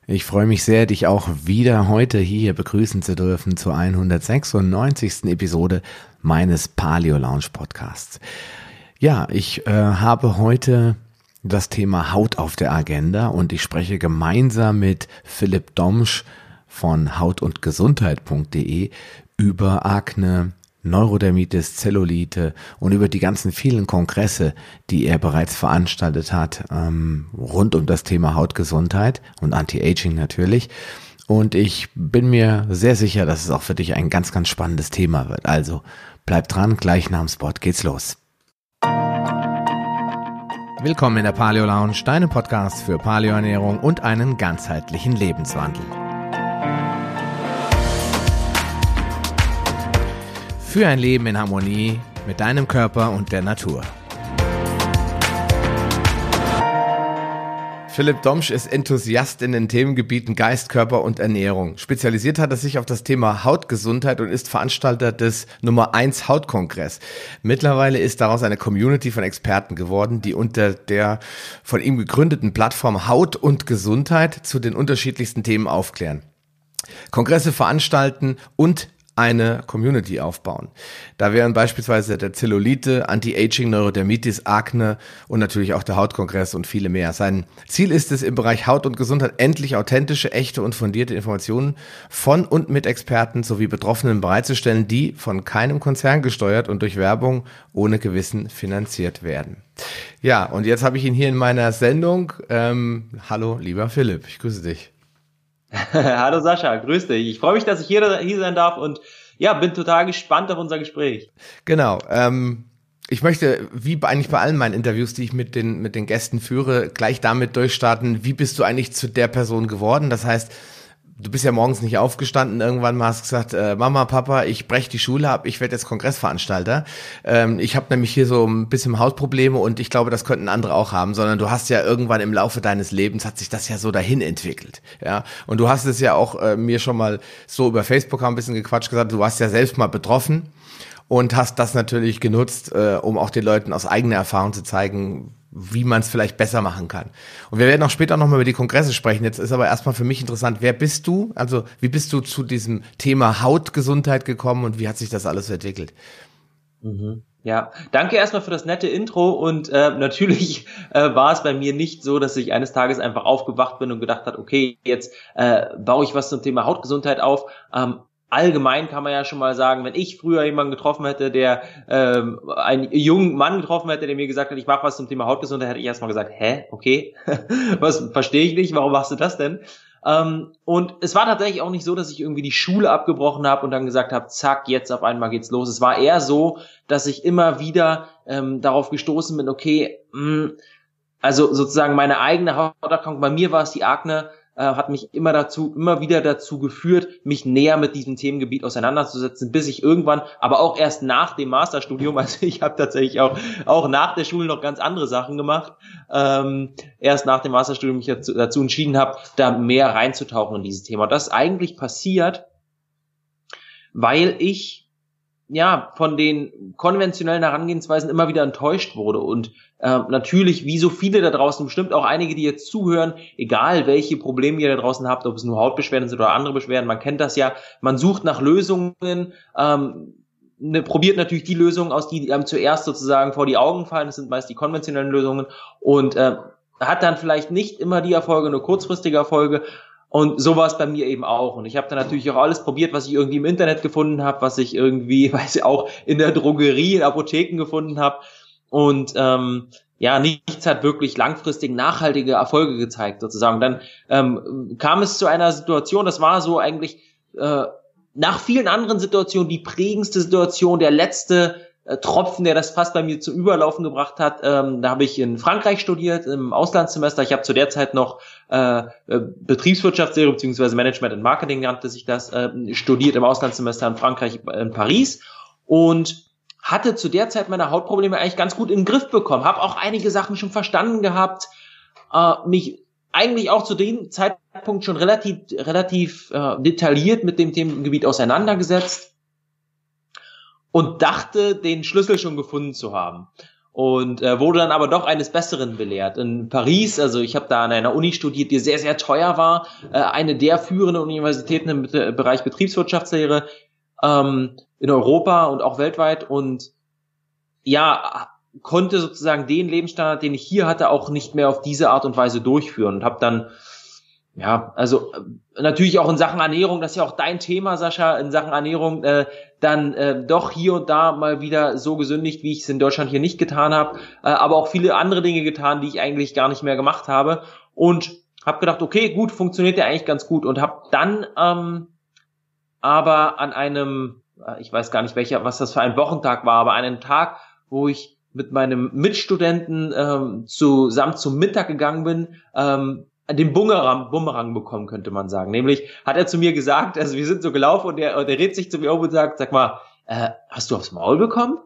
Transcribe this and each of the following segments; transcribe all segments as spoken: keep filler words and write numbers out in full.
Ich freue mich sehr, dich auch wieder heute hier begrüßen zu dürfen zur hundertsechsundneunzigsten Episode meines Paleo Lounge Podcasts. Ja, ich äh, habe heute das Thema Haut auf der Agenda und ich spreche gemeinsam mit Philipp Domsch von haut und gesundheit punkt de über Akne, Neurodermitis, Zellulite und über die ganzen vielen Kongresse, die er bereits veranstaltet hat, ähm, rund um das Thema Hautgesundheit und Anti-Aging natürlich. Und ich bin mir sehr sicher, dass es auch für dich ein ganz, ganz spannendes Thema wird. Also bleib dran, gleich nach dem Spot geht's los. Willkommen in der Paleo Lounge, deinem Podcast für Paleoernährung und einen ganzheitlichen Lebenswandel. Für ein Leben in Harmonie mit deinem Körper und der Natur. Philipp Domsch ist Enthusiast in den Themengebieten Geist, Körper und Ernährung. Spezialisiert hat er sich auf das Thema Hautgesundheit und ist Veranstalter des Nummer eins Hautkongress. Mittlerweile ist daraus eine Community von Experten geworden, die unter der von ihm gegründeten Plattform Haut und Gesundheit zu den unterschiedlichsten Themen aufklären, Kongresse veranstalten und eine Community aufbauen. Da wären beispielsweise der Zellulite, Anti-Aging, Neurodermitis, Akne und natürlich auch der Hautkongress und viele mehr. Sein Ziel ist es, im Bereich Haut und Gesundheit endlich authentische, echte und fundierte Informationen von und mit Experten sowie Betroffenen bereitzustellen, die von keinem Konzern gesteuert und durch Werbung ohne Gewissen finanziert werden. Ja, und jetzt habe ich ihn hier in meiner Sendung. Ähm, hallo, lieber Philipp, ich grüße dich. Hallo Sascha, grüß dich. Ich freue mich, dass ich hier, hier sein darf und ja, bin total gespannt auf unser Gespräch. Genau. Ähm, ich möchte, wie eigentlich bei allen meinen Interviews, die ich mit den mit den Gästen führe, gleich damit durchstarten. Wie bist du eigentlich zu der Person geworden? Das heißt, du bist ja morgens nicht aufgestanden, irgendwann mal hast gesagt, äh, Mama, Papa, ich breche die Schule ab, ich werde jetzt Kongressveranstalter. Ähm, ich habe nämlich hier so ein bisschen Hautprobleme und ich glaube, das könnten andere auch haben, sondern du hast ja irgendwann im Laufe deines Lebens, hat sich das ja so dahin entwickelt. Ja, und du hast es ja auch äh, mir schon mal so über Facebook haben ein bisschen gequatscht gesagt, du warst ja selbst mal betroffen und hast das natürlich genutzt, äh, um auch den Leuten aus eigener Erfahrung zu zeigen, wie man es vielleicht besser machen kann. Und wir werden auch später nochmal über die Kongresse sprechen. Jetzt ist aber erstmal für mich interessant, wer bist du? Also wie bist du zu diesem Thema Hautgesundheit gekommen und wie hat sich das alles entwickelt? Mhm. Ja, danke erstmal für das nette Intro und äh, natürlich äh, war es bei mir nicht so, dass ich eines Tages einfach aufgewacht bin und gedacht habe, okay, jetzt äh, baue ich was zum Thema Hautgesundheit auf. Ähm, Allgemein kann man ja schon mal sagen, wenn ich früher jemanden getroffen hätte, der ähm, einen jungen Mann getroffen hätte, der mir gesagt hat, ich mache was zum Thema Hautgesundheit, hätte ich erstmal gesagt, hä, okay, was verstehe ich nicht, warum machst du das denn? Ähm, und es war tatsächlich auch nicht so, dass ich irgendwie die Schule abgebrochen habe und dann gesagt habe, zack, jetzt auf einmal geht's los. Es war eher so, dass ich immer wieder ähm, darauf gestoßen bin, okay, mh, also sozusagen meine eigene Hauterkrankung, bei mir war es die Akne, hat mich immer dazu, immer wieder dazu geführt, mich näher mit diesem Themengebiet auseinanderzusetzen, bis ich irgendwann, aber auch erst nach dem Masterstudium, also ich habe tatsächlich auch auch nach der Schule noch ganz andere Sachen gemacht, ähm, erst nach dem Masterstudium mich dazu, dazu entschieden habe, da mehr reinzutauchen in dieses Thema. Und das ist eigentlich passiert, weil ich ja von den konventionellen Herangehensweisen immer wieder enttäuscht wurde und äh, natürlich, wie so viele da draußen, bestimmt auch einige, die jetzt zuhören, egal welche Probleme ihr da draußen habt, ob es nur Hautbeschwerden sind oder andere Beschwerden, man kennt das ja, man sucht nach Lösungen, ähm, ne, probiert natürlich die Lösungen aus, die einem zuerst sozusagen vor die Augen fallen, das sind meist die konventionellen Lösungen und äh, hat dann vielleicht nicht immer die Erfolge, nur kurzfristige Erfolge. Und so war es bei mir eben auch. Und ich habe dann natürlich auch alles probiert, was ich irgendwie im Internet gefunden habe, was ich irgendwie, weiß ich, auch in der Drogerie, in Apotheken gefunden habe. Und ähm, ja, nichts hat wirklich langfristig nachhaltige Erfolge gezeigt, sozusagen. Dann ähm, kam es zu einer Situation, das war so eigentlich äh, nach vielen anderen Situationen die prägendste Situation, der letzte äh, Tropfen, der das fast bei mir zum Überlaufen gebracht hat. Ähm, da habe ich in Frankreich studiert, im Auslandssemester. Ich habe zu der Zeit noch äh, Betriebswirtschaftslehre bzw. Management und Marketing nannte sich das, äh, studiert im Auslandssemester in Frankreich, in Paris und hatte zu der Zeit meine Hautprobleme eigentlich ganz gut in den Griff bekommen. Habe auch einige Sachen schon verstanden gehabt, äh, mich eigentlich auch zu dem Zeitpunkt schon relativ relativ äh, detailliert mit dem Themengebiet auseinandergesetzt und dachte, den Schlüssel schon gefunden zu haben. und äh, wurde dann aber doch eines Besseren belehrt. In Paris, also ich habe da an einer Uni studiert, die sehr, sehr teuer war, äh, eine der führenden Universitäten im Be- Bereich Betriebswirtschaftslehre ähm, in Europa und auch weltweit, und ja, konnte sozusagen den Lebensstandard, den ich hier hatte, auch nicht mehr auf diese Art und Weise durchführen, und habe dann, ja, also äh, natürlich auch in Sachen Ernährung, das ist ja auch dein Thema, Sascha, in Sachen Ernährung, äh, dann äh, doch hier und da mal wieder so gesündigt, wie ich es in Deutschland hier nicht getan habe, äh, aber auch viele andere Dinge getan, die ich eigentlich gar nicht mehr gemacht habe, und habe gedacht, okay, gut, funktioniert ja eigentlich ganz gut, und habe dann ähm, aber an einem, äh, ich weiß gar nicht welcher, was das für ein Wochentag war, aber an einem Tag, wo ich mit meinem Mitstudenten ähm, zusammen zum Mittag gegangen bin, ähm, den Bumerang, Bumerang bekommen, könnte man sagen. Nämlich hat er zu mir gesagt, also wir sind so gelaufen, und der, und der redet sich zu mir um und sagt, sag mal, äh, hast du aufs Maul bekommen?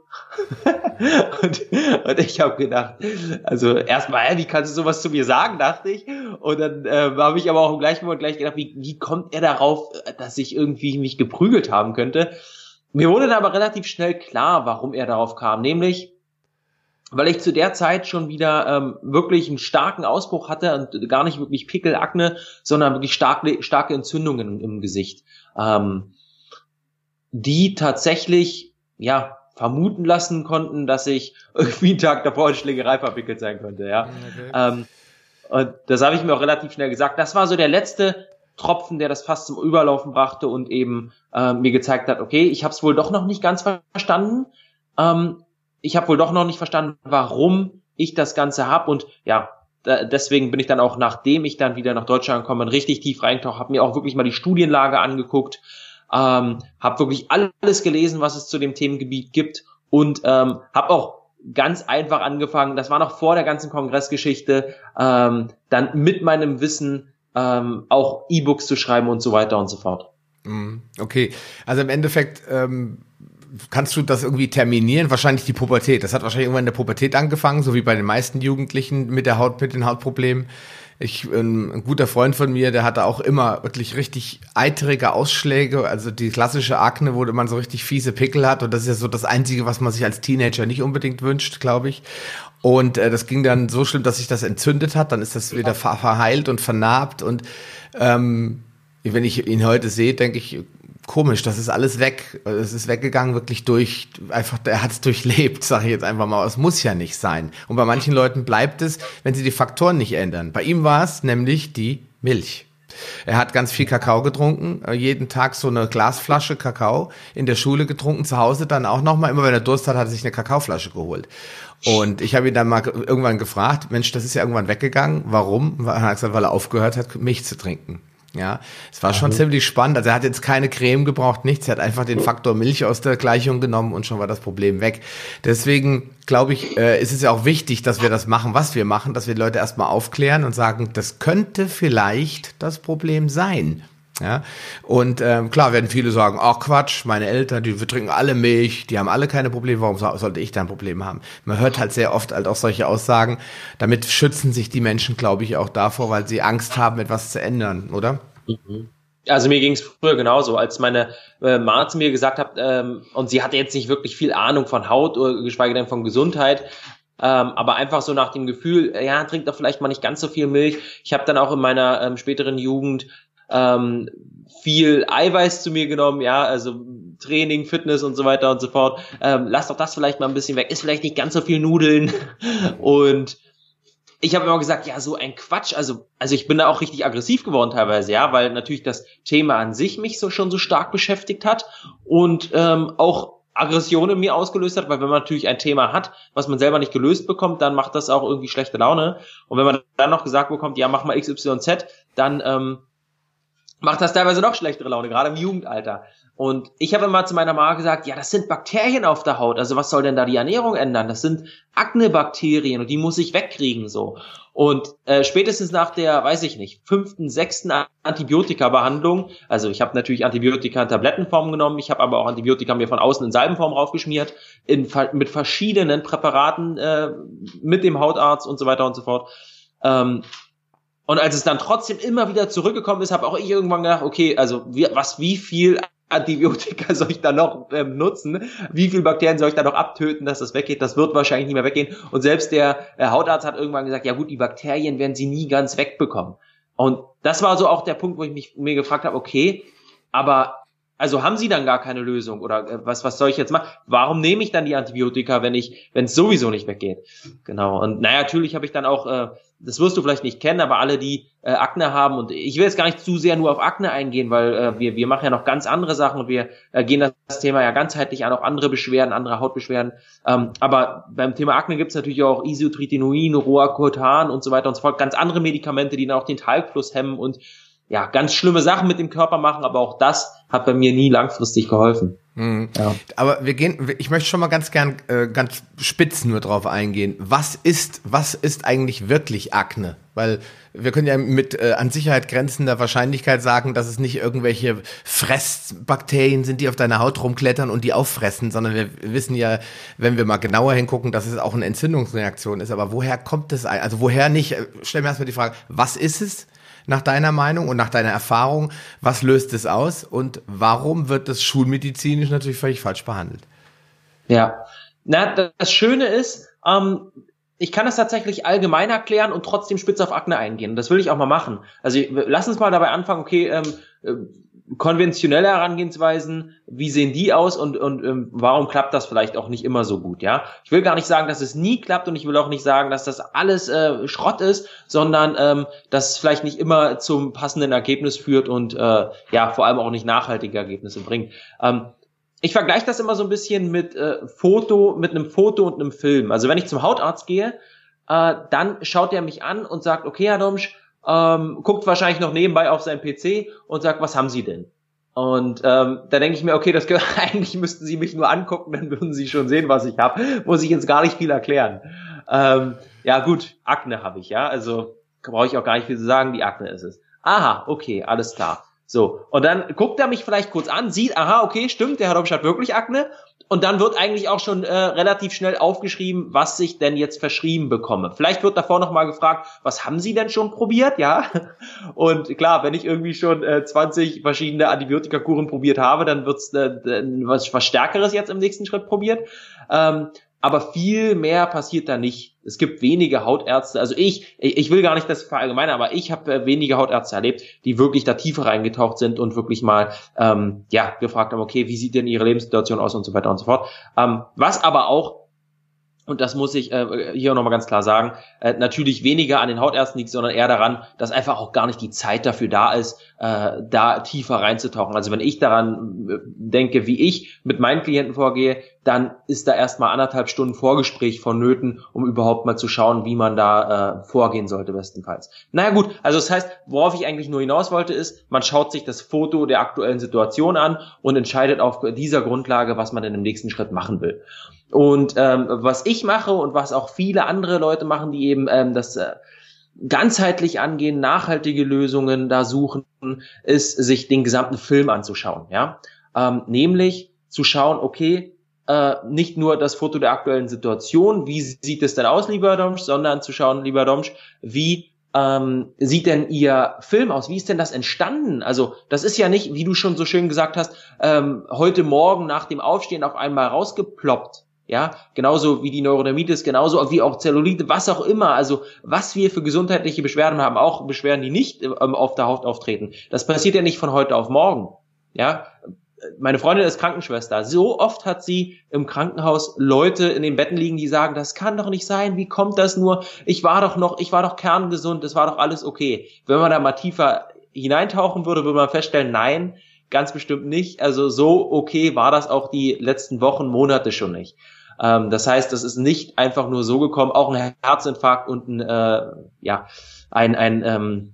und, und ich habe gedacht, also erstmal, wie kannst du sowas zu mir sagen, dachte ich. Und dann äh, habe ich aber auch im gleichen Moment gleich gedacht, wie, wie kommt er darauf, dass ich irgendwie mich geprügelt haben könnte? Mir wurde dann aber relativ schnell klar, warum er darauf kam, nämlich weil ich zu der Zeit schon wieder ähm, wirklich einen starken Ausbruch hatte und gar nicht wirklich Pickel, Akne, sondern wirklich starke, starke Entzündungen im Gesicht, ähm, die tatsächlich, ja, vermuten lassen konnten, dass ich irgendwie einen Tag davor in Schlägerei verwickelt sein könnte, ja. Okay. Ähm, und das habe ich mir auch relativ schnell gesagt. Das war so der letzte Tropfen, der das fast zum Überlaufen brachte und eben äh, mir gezeigt hat, okay, ich habe es wohl doch noch nicht ganz verstanden, ähm, ich habe wohl doch noch nicht verstanden, warum ich das Ganze habe, und ja, da, deswegen bin ich dann auch, nachdem ich dann wieder nach Deutschland gekommen bin, richtig tief reingetaucht, habe mir auch wirklich mal die Studienlage angeguckt, ähm, habe wirklich alles gelesen, was es zu dem Themengebiet gibt, und ähm, habe auch ganz einfach angefangen, das war noch vor der ganzen Kongressgeschichte, ähm, dann mit meinem Wissen ähm, auch E-Books zu schreiben und so weiter und so fort. Okay, also im Endeffekt ähm kannst du das irgendwie terminieren? Wahrscheinlich die Pubertät. Das hat wahrscheinlich irgendwann in der Pubertät angefangen, so wie bei den meisten Jugendlichen mit der Haut, mit den Hautproblemen. Ich, ein, ein guter Freund von mir, der hatte auch immer wirklich richtig eitrige Ausschläge, also die klassische Akne, wo man so richtig fiese Pickel hat, und das ist ja so das Einzige, was man sich als Teenager nicht unbedingt wünscht, glaube ich. Und äh, das ging dann so schlimm, dass sich das entzündet hat, dann ist das wieder ver- verheilt und vernarbt, und ähm, wenn ich ihn heute sehe, denke ich, komisch, das ist alles weg. Es ist weggegangen, wirklich durch, einfach, er hat es durchlebt, sage ich jetzt einfach mal. Es muss ja nicht sein. Und bei manchen Leuten bleibt es, wenn sie die Faktoren nicht ändern. Bei ihm war es nämlich die Milch. Er hat ganz viel Kakao getrunken, jeden Tag so eine Glasflasche Kakao, in der Schule getrunken, zu Hause dann auch nochmal, immer wenn er Durst hat, hat er sich eine Kakaoflasche geholt. Und ich habe ihn dann mal irgendwann gefragt, Mensch, das ist ja irgendwann weggegangen, warum? Er hat gesagt, weil er aufgehört hat, Milch zu trinken. Ja, es war schon mhm. ziemlich spannend. Also er hat jetzt keine Creme gebraucht, nichts. Er hat einfach den Faktor Milch aus der Gleichung genommen, und schon war das Problem weg. Deswegen glaube ich, äh, ist es ja auch wichtig, dass wir das machen, was wir machen, dass wir die Leute erstmal aufklären und sagen, das könnte vielleicht das Problem sein. Ja, und ähm, klar werden viele sagen, ach Quatsch, meine Eltern, die wir trinken alle Milch, die haben alle keine Probleme, warum so, sollte ich da ein Problem haben? Man hört halt sehr oft halt auch solche Aussagen, damit schützen sich die Menschen, glaube ich, auch davor, weil sie Angst haben, etwas zu ändern, oder? Also mir ging es früher genauso, als meine äh, Mama zu mir gesagt hat, ähm, und sie hatte jetzt nicht wirklich viel Ahnung von Haut oder geschweige denn von Gesundheit, Ähm, aber einfach so nach dem Gefühl, ja, trink doch vielleicht mal nicht ganz so viel Milch. Ich habe dann auch in meiner ähm, späteren Jugend ähm, viel Eiweiß zu mir genommen, ja, also Training, Fitness und so weiter und so fort. Ähm, lass doch das vielleicht mal ein bisschen weg, ist vielleicht nicht ganz so viel Nudeln. Und ich habe immer gesagt, ja, so ein Quatsch, also also ich bin da auch richtig aggressiv geworden teilweise, ja, weil natürlich das Thema an sich mich so schon so stark beschäftigt hat und ähm, auch Aggression in mir ausgelöst hat, weil wenn man natürlich ein Thema hat, was man selber nicht gelöst bekommt, dann macht das auch irgendwie schlechte Laune. Und wenn man dann noch gesagt bekommt, ja, mach mal X Y Z, dann ähm, macht das teilweise noch schlechtere Laune, gerade im Jugendalter. Und ich habe immer zu meiner Mama gesagt, ja, das sind Bakterien auf der Haut, also was soll denn da die Ernährung ändern? Das sind Aknebakterien und die muss ich wegkriegen, so. Und äh, spätestens nach der, weiß ich nicht, fünften, sechsten Antibiotika-Behandlung, also ich habe natürlich Antibiotika in Tablettenform genommen, ich habe aber auch Antibiotika mir von außen in Salbenform raufgeschmiert, in, mit verschiedenen Präparaten, äh, mit dem Hautarzt und so weiter und so fort. Ähm, Und als es dann trotzdem immer wieder zurückgekommen ist, habe auch ich irgendwann gedacht, okay, also wie, was, wie viel Antibiotika soll ich da noch ähm, nutzen? Wie viele Bakterien soll ich da noch abtöten, dass das weggeht? Das wird wahrscheinlich nicht mehr weggehen. Und selbst der äh, Hautarzt hat irgendwann gesagt, ja gut, die Bakterien werden sie nie ganz wegbekommen. Und das war so auch der Punkt, wo ich mich mir gefragt habe, okay, aber also haben Sie dann gar keine Lösung oder äh, was was soll ich jetzt machen? Warum nehme ich dann die Antibiotika, wenn ich wenn es sowieso nicht weggeht? Genau. Und naja, natürlich habe ich dann auch, äh, das wirst du vielleicht nicht kennen, aber alle, die äh, Akne haben, und ich will jetzt gar nicht zu sehr nur auf Akne eingehen, weil äh, wir wir machen ja noch ganz andere Sachen und wir äh, gehen das Thema ja ganzheitlich an, auch andere Beschwerden, andere Hautbeschwerden. Ähm, aber beim Thema Akne gibt es natürlich auch Isotretinoin, Roacutan und so weiter und so fort, ganz andere Medikamente, die dann auch den Talgfluss hemmen und ja, ganz schlimme Sachen mit dem Körper machen, aber auch das hat bei mir nie langfristig geholfen. Mhm. Ja. Aber wir gehen, ich möchte schon mal ganz gern, äh, ganz spitz nur drauf eingehen. Was ist, was ist eigentlich wirklich Akne? Weil wir können ja mit äh, an Sicherheit grenzender Wahrscheinlichkeit sagen, dass es nicht irgendwelche Fressbakterien sind, die auf deiner Haut rumklettern und die auffressen, sondern wir wissen ja, wenn wir mal genauer hingucken, dass es auch eine Entzündungsreaktion ist. Aber woher kommt es? Also woher nicht? Stell mir erstmal die Frage, was ist es? Nach deiner Meinung und nach deiner Erfahrung, was löst es aus und warum wird das schulmedizinisch natürlich völlig falsch behandelt? Ja, na, das Schöne ist, ähm, ich kann das tatsächlich allgemein erklären und trotzdem spitz auf Akne eingehen. Das will ich auch mal machen. Also lass uns mal dabei anfangen, okay, ähm, äh, konventionelle Herangehensweisen, wie sehen die aus und und ähm, warum klappt das vielleicht auch nicht immer so gut, ja? Ich will gar nicht sagen, dass es nie klappt und ich will auch nicht sagen, dass das alles äh, Schrott ist, sondern ähm, dass es vielleicht nicht immer zum passenden Ergebnis führt und äh, ja, vor allem auch nicht nachhaltige Ergebnisse bringt. Ähm, ich vergleiche das immer so ein bisschen mit äh, Foto, mit einem Foto und einem Film. Also wenn ich zum Hautarzt gehe, äh, dann schaut er mich an und sagt, okay, Herr Domsch, Ähm, guckt wahrscheinlich noch nebenbei auf seinen P C und sagt, was haben Sie denn? Und ähm, da denke ich mir, okay, das eigentlich müssten Sie mich nur angucken, dann würden Sie schon sehen, was ich habe. Muss ich jetzt gar nicht viel erklären. Ähm, ja gut, Akne habe ich, ja, also brauche ich auch gar nicht viel zu sagen, die Akne ist es. Aha, okay, alles klar. So, und dann guckt er mich vielleicht kurz an, sieht, aha, okay, stimmt, der Herr Domsch hat wirklich Akne. Und dann wird eigentlich auch schon äh, relativ schnell aufgeschrieben, was ich denn jetzt verschrieben bekomme. Vielleicht wird davor nochmal gefragt, was haben Sie denn schon probiert, ja? Und klar, wenn ich irgendwie schon äh, zwanzig verschiedene Antibiotikakuren probiert habe, dann wird's äh, was, was Stärkeres jetzt im nächsten Schritt probiert. Ähm, aber viel mehr passiert da nicht. Es gibt wenige Hautärzte, also ich, ich will gar nicht das verallgemeinern, aber ich habe äh, wenige Hautärzte erlebt, die wirklich da tiefer reingetaucht sind und wirklich mal ähm, ja gefragt haben, okay, wie sieht denn ihre Lebenssituation aus und so weiter und so fort. Ähm, was aber auch, und das muss ich äh, hier nochmal ganz klar sagen, äh, natürlich weniger an den Hautärzten liegt, sondern eher daran, dass einfach auch gar nicht die Zeit dafür da ist, äh, da tiefer reinzutauchen. Also wenn ich daran äh, denke, wie ich mit meinen Klienten vorgehe, dann ist da erstmal anderthalb Stunden Vorgespräch vonnöten, um überhaupt mal zu schauen, wie man da äh, vorgehen sollte bestenfalls. Naja gut, also das heißt, worauf ich eigentlich nur hinaus wollte, ist, man schaut sich das Foto der aktuellen Situation an und entscheidet auf dieser Grundlage, was man denn im nächsten Schritt machen will. Und ähm, was ich mache und was auch viele andere Leute machen, die eben ähm, das äh, ganzheitlich angehen, nachhaltige Lösungen da suchen, ist, sich den gesamten Film anzuschauen, ja, ähm, nämlich zu schauen, okay, äh, nicht nur das Foto der aktuellen Situation, wie sieht es denn aus, lieber Domsch, sondern zu schauen, lieber Domsch, wie ähm, sieht denn Ihr Film aus? Wie ist denn das entstanden? Also das ist ja nicht, wie du schon so schön gesagt hast, ähm, heute Morgen nach dem Aufstehen auf einmal rausgeploppt. Ja, genauso wie die Neurodermitis, genauso wie auch Zellulite, was auch immer. Also was wir für gesundheitliche Beschwerden haben, auch Beschwerden, die nicht ähm, auf der Haut auftreten. Das passiert ja nicht von heute auf morgen. Ja, meine Freundin ist Krankenschwester. So oft hat sie im Krankenhaus Leute in den Betten liegen, die sagen, das kann doch nicht sein. Wie kommt das nur? Ich war doch noch, ich war doch kerngesund. Das war doch alles okay. Wenn man da mal tiefer hineintauchen würde, würde man feststellen, nein, ganz bestimmt nicht. Also so okay war das auch die letzten Wochen, Monate schon nicht. Ähm, das heißt, das ist nicht einfach nur so gekommen. Auch ein Herzinfarkt und ein, äh, ja, ein, ein ähm,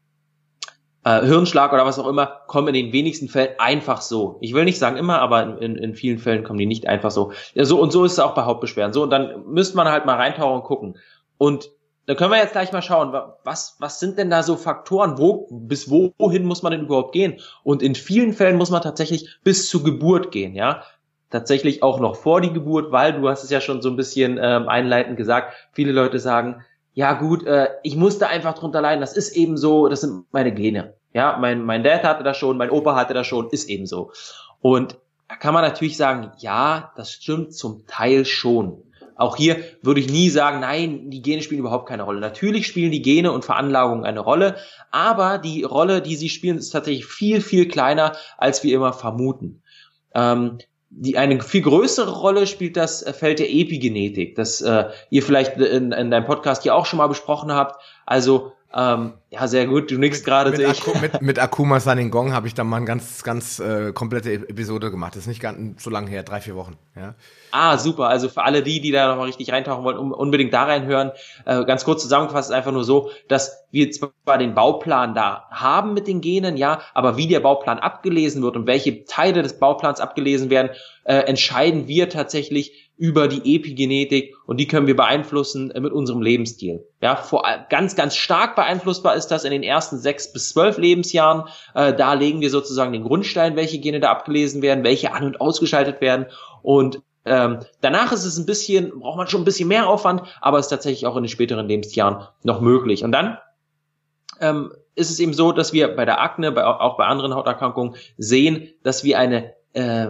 äh, Hirnschlag oder was auch immer kommen in den wenigsten Fällen einfach so. Ich will nicht sagen immer, aber in, in vielen Fällen kommen die nicht einfach so. Ja, so und so ist es auch bei Hautbeschwerden. So, und dann müsste man halt mal reintauchen und gucken. Und da können wir jetzt gleich mal schauen, was, was sind denn da so Faktoren, wo, bis wohin muss man denn überhaupt gehen? Und in vielen Fällen muss man tatsächlich bis zur Geburt gehen, ja. Tatsächlich auch noch vor die Geburt, weil du hast es ja schon so ein bisschen ähm, einleitend gesagt, viele Leute sagen, ja gut, äh, ich musste einfach drunter leiden, das ist eben so, das sind meine Gene. Ja, mein, mein Dad hatte das schon, mein Opa hatte das schon, ist eben so. Und da kann man natürlich sagen, ja, das stimmt zum Teil schon. Auch hier würde ich nie sagen, nein, die Gene spielen überhaupt keine Rolle. Natürlich spielen die Gene und Veranlagungen eine Rolle, aber die Rolle, die sie spielen, ist tatsächlich viel, viel kleiner, als wir immer vermuten. Ähm, die eine viel größere Rolle spielt das Feld der Epigenetik, das äh, ihr vielleicht in, in deinem Podcast hier auch schon mal besprochen habt. Also Ähm, ja, sehr gut, du nickst gerade, sehe ich. Aku, mit, mit Akuma Saningong habe ich da mal eine ganz, ganz äh, komplette Episode gemacht. Das ist nicht ganz so lange her, drei, vier Wochen. Ja. Ah, super. Also für alle die, die da nochmal richtig reintauchen wollen, um, unbedingt da reinhören. Äh, ganz kurz zusammengefasst ist einfach nur so, dass wir zwar den Bauplan da haben mit den Genen, ja, aber wie der Bauplan abgelesen wird und welche Teile des Bauplans abgelesen werden, äh, entscheiden wir tatsächlich über die Epigenetik und die können wir beeinflussen äh, mit unserem Lebensstil. Ja, vor, ganz, ganz stark beeinflussbar ist das in den ersten sechs bis zwölf Lebensjahren. Äh, da legen wir sozusagen den Grundstein, welche Gene da abgelesen werden, welche an- und ausgeschaltet werden. Und ähm, danach ist es ein bisschen, braucht man schon ein bisschen mehr Aufwand, aber ist tatsächlich auch in den späteren Lebensjahren noch möglich. Und dann ähm, ist es eben so, dass wir bei der Akne, bei, auch bei anderen Hauterkrankungen sehen, dass wir eine äh,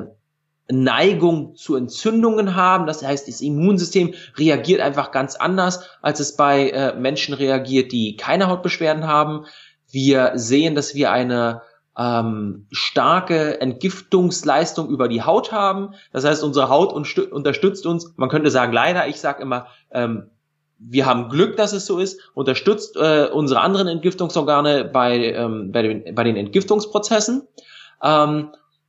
Neigung zu Entzündungen haben. Das heißt, das Immunsystem reagiert einfach ganz anders, als es bei äh, Menschen reagiert, die keine Hautbeschwerden haben. Wir sehen, dass wir eine ähm, starke Entgiftungsleistung über die Haut haben. Das heißt, unsere Haut unstu- unterstützt uns. Man könnte sagen, leider, ich sage immer, ähm, wir haben Glück, dass es so ist, unterstützt äh, unsere anderen Entgiftungsorgane bei, ähm, bei, den, bei den Entgiftungsprozessen. Ähm,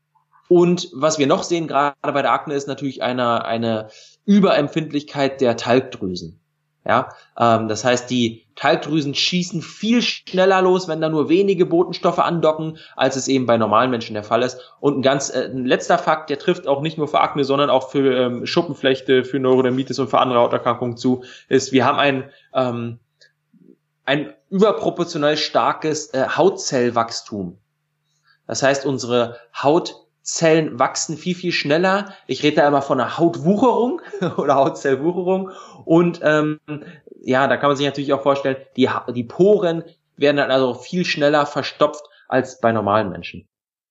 Und was wir noch sehen, gerade bei der Akne, ist natürlich eine, eine Überempfindlichkeit der Talgdrüsen. Ja, ähm, das heißt, die Talgdrüsen schießen viel schneller los, wenn da nur wenige Botenstoffe andocken, als es eben bei normalen Menschen der Fall ist. Und ein ganz äh, ein letzter Fakt, der trifft auch nicht nur für Akne, sondern auch für ähm, Schuppenflechte, für Neurodermitis und für andere Hauterkrankungen zu, ist, wir haben ein ähm, ein überproportional starkes äh, Hautzellwachstum. Das heißt, unsere Haut Zellen wachsen viel, viel schneller. Ich rede da immer von einer Hautwucherung oder Hautzellwucherung. Und ähm, ja, da kann man sich natürlich auch vorstellen, die, die Poren werden dann also viel schneller verstopft als bei normalen Menschen.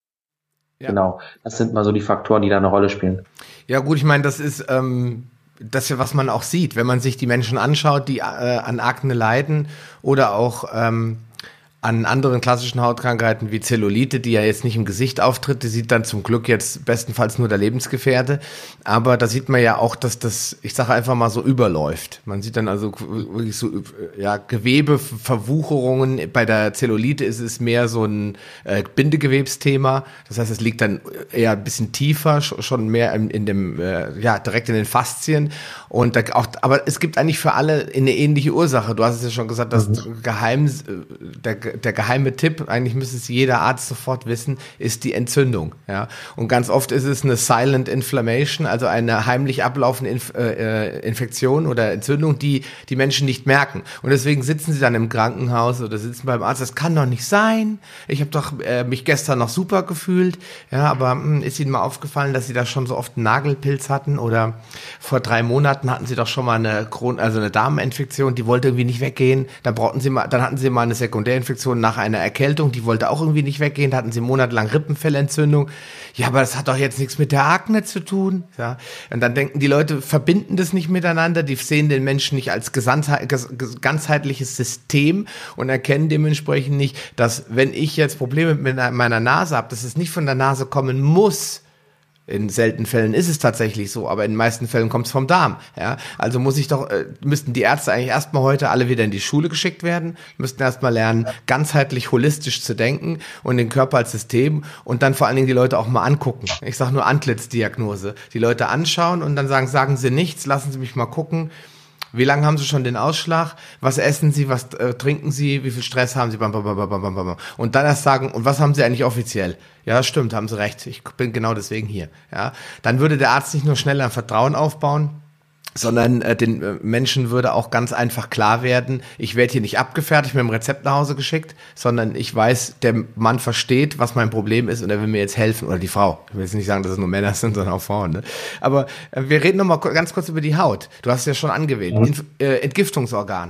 Ja. Genau, das sind mal so die Faktoren, die da eine Rolle spielen. Ja gut, ich meine, das ist ähm, das, ja, was man auch sieht, wenn man sich die Menschen anschaut, die äh, an Akne leiden oder auch ähm, an anderen klassischen Hautkrankheiten wie Zellulite, die ja jetzt nicht im Gesicht auftritt, die sieht dann zum Glück jetzt bestenfalls nur der Lebensgefährte. Aber da sieht man ja auch, dass das, ich sage einfach mal so, überläuft. Man sieht dann also wirklich so, ja, Gewebeverwucherungen. Bei der Zellulite ist es mehr so ein äh, Bindegewebsthema. Das heißt, es liegt dann eher ein bisschen tiefer, schon mehr in, in dem, äh, ja, direkt in den Faszien. Und da auch, aber es gibt eigentlich für alle eine ähnliche Ursache. Du hast es ja schon gesagt, dass mhm. Geheim, der der geheime Tipp, eigentlich müsste es jeder Arzt sofort wissen, ist die Entzündung. Ja? Und ganz oft ist es eine Silent Inflammation, also eine heimlich ablaufende Inf- äh, Infektion oder Entzündung, die die Menschen nicht merken. Und deswegen sitzen sie dann im Krankenhaus oder sitzen beim Arzt. Das kann doch nicht sein. Ich habe doch äh, mich gestern noch super gefühlt. Ja, aber mh, ist Ihnen mal aufgefallen, dass Sie da schon so oft einen Nagelpilz hatten? Oder vor drei Monaten hatten Sie doch schon mal eine Kron- also eine Darminfektion, die wollte irgendwie nicht weggehen. Dann brauchten Sie mal, dann hatten Sie mal eine Sekundärinfektion nach einer Erkältung, die wollte auch irgendwie nicht weggehen, da hatten sie monatelang Rippenfellentzündung. Ja, aber das hat doch jetzt nichts mit der Akne zu tun. Ja. Und dann denken die Leute, verbinden das nicht miteinander, die sehen den Menschen nicht als ganzheitliches System und erkennen dementsprechend nicht, dass wenn ich jetzt Probleme mit meiner Nase habe, dass es nicht von der Nase kommen muss. In seltenen Fällen ist es tatsächlich so, aber in den meisten Fällen kommt es vom Darm. Ja? Also muss ich doch, äh, müssten die Ärzte eigentlich erstmal heute alle wieder in die Schule geschickt werden, müssten erstmal lernen, ganzheitlich holistisch zu denken und den Körper als System und dann vor allen Dingen die Leute auch mal angucken. Ich sage nur Antlitzdiagnose. Die Leute anschauen und dann sagen, sagen Sie nichts, lassen Sie mich mal gucken. Wie lange haben Sie schon den Ausschlag? Was essen Sie? Was äh, trinken Sie? Wie viel Stress haben Sie? Bam, bam, bam, bam, bam, bam. Und dann erst sagen, und was haben Sie eigentlich offiziell? Ja, stimmt, haben Sie recht. Ich bin genau deswegen hier. Ja, dann würde der Arzt nicht nur schneller Vertrauen aufbauen, sondern äh, den äh, Menschen würde auch ganz einfach klar werden, ich werde hier nicht abgefertigt mit dem Rezept nach Hause geschickt, sondern ich weiß, der Mann versteht, was mein Problem ist und er will mir jetzt helfen, oder die Frau. Ich will jetzt nicht sagen, dass es nur Männer sind, sondern auch Frauen. Ne? Aber äh, wir reden noch mal ganz kurz über die Haut. Du hast es ja schon angewählt. Mhm. Inf- äh, Entgiftungsorgan.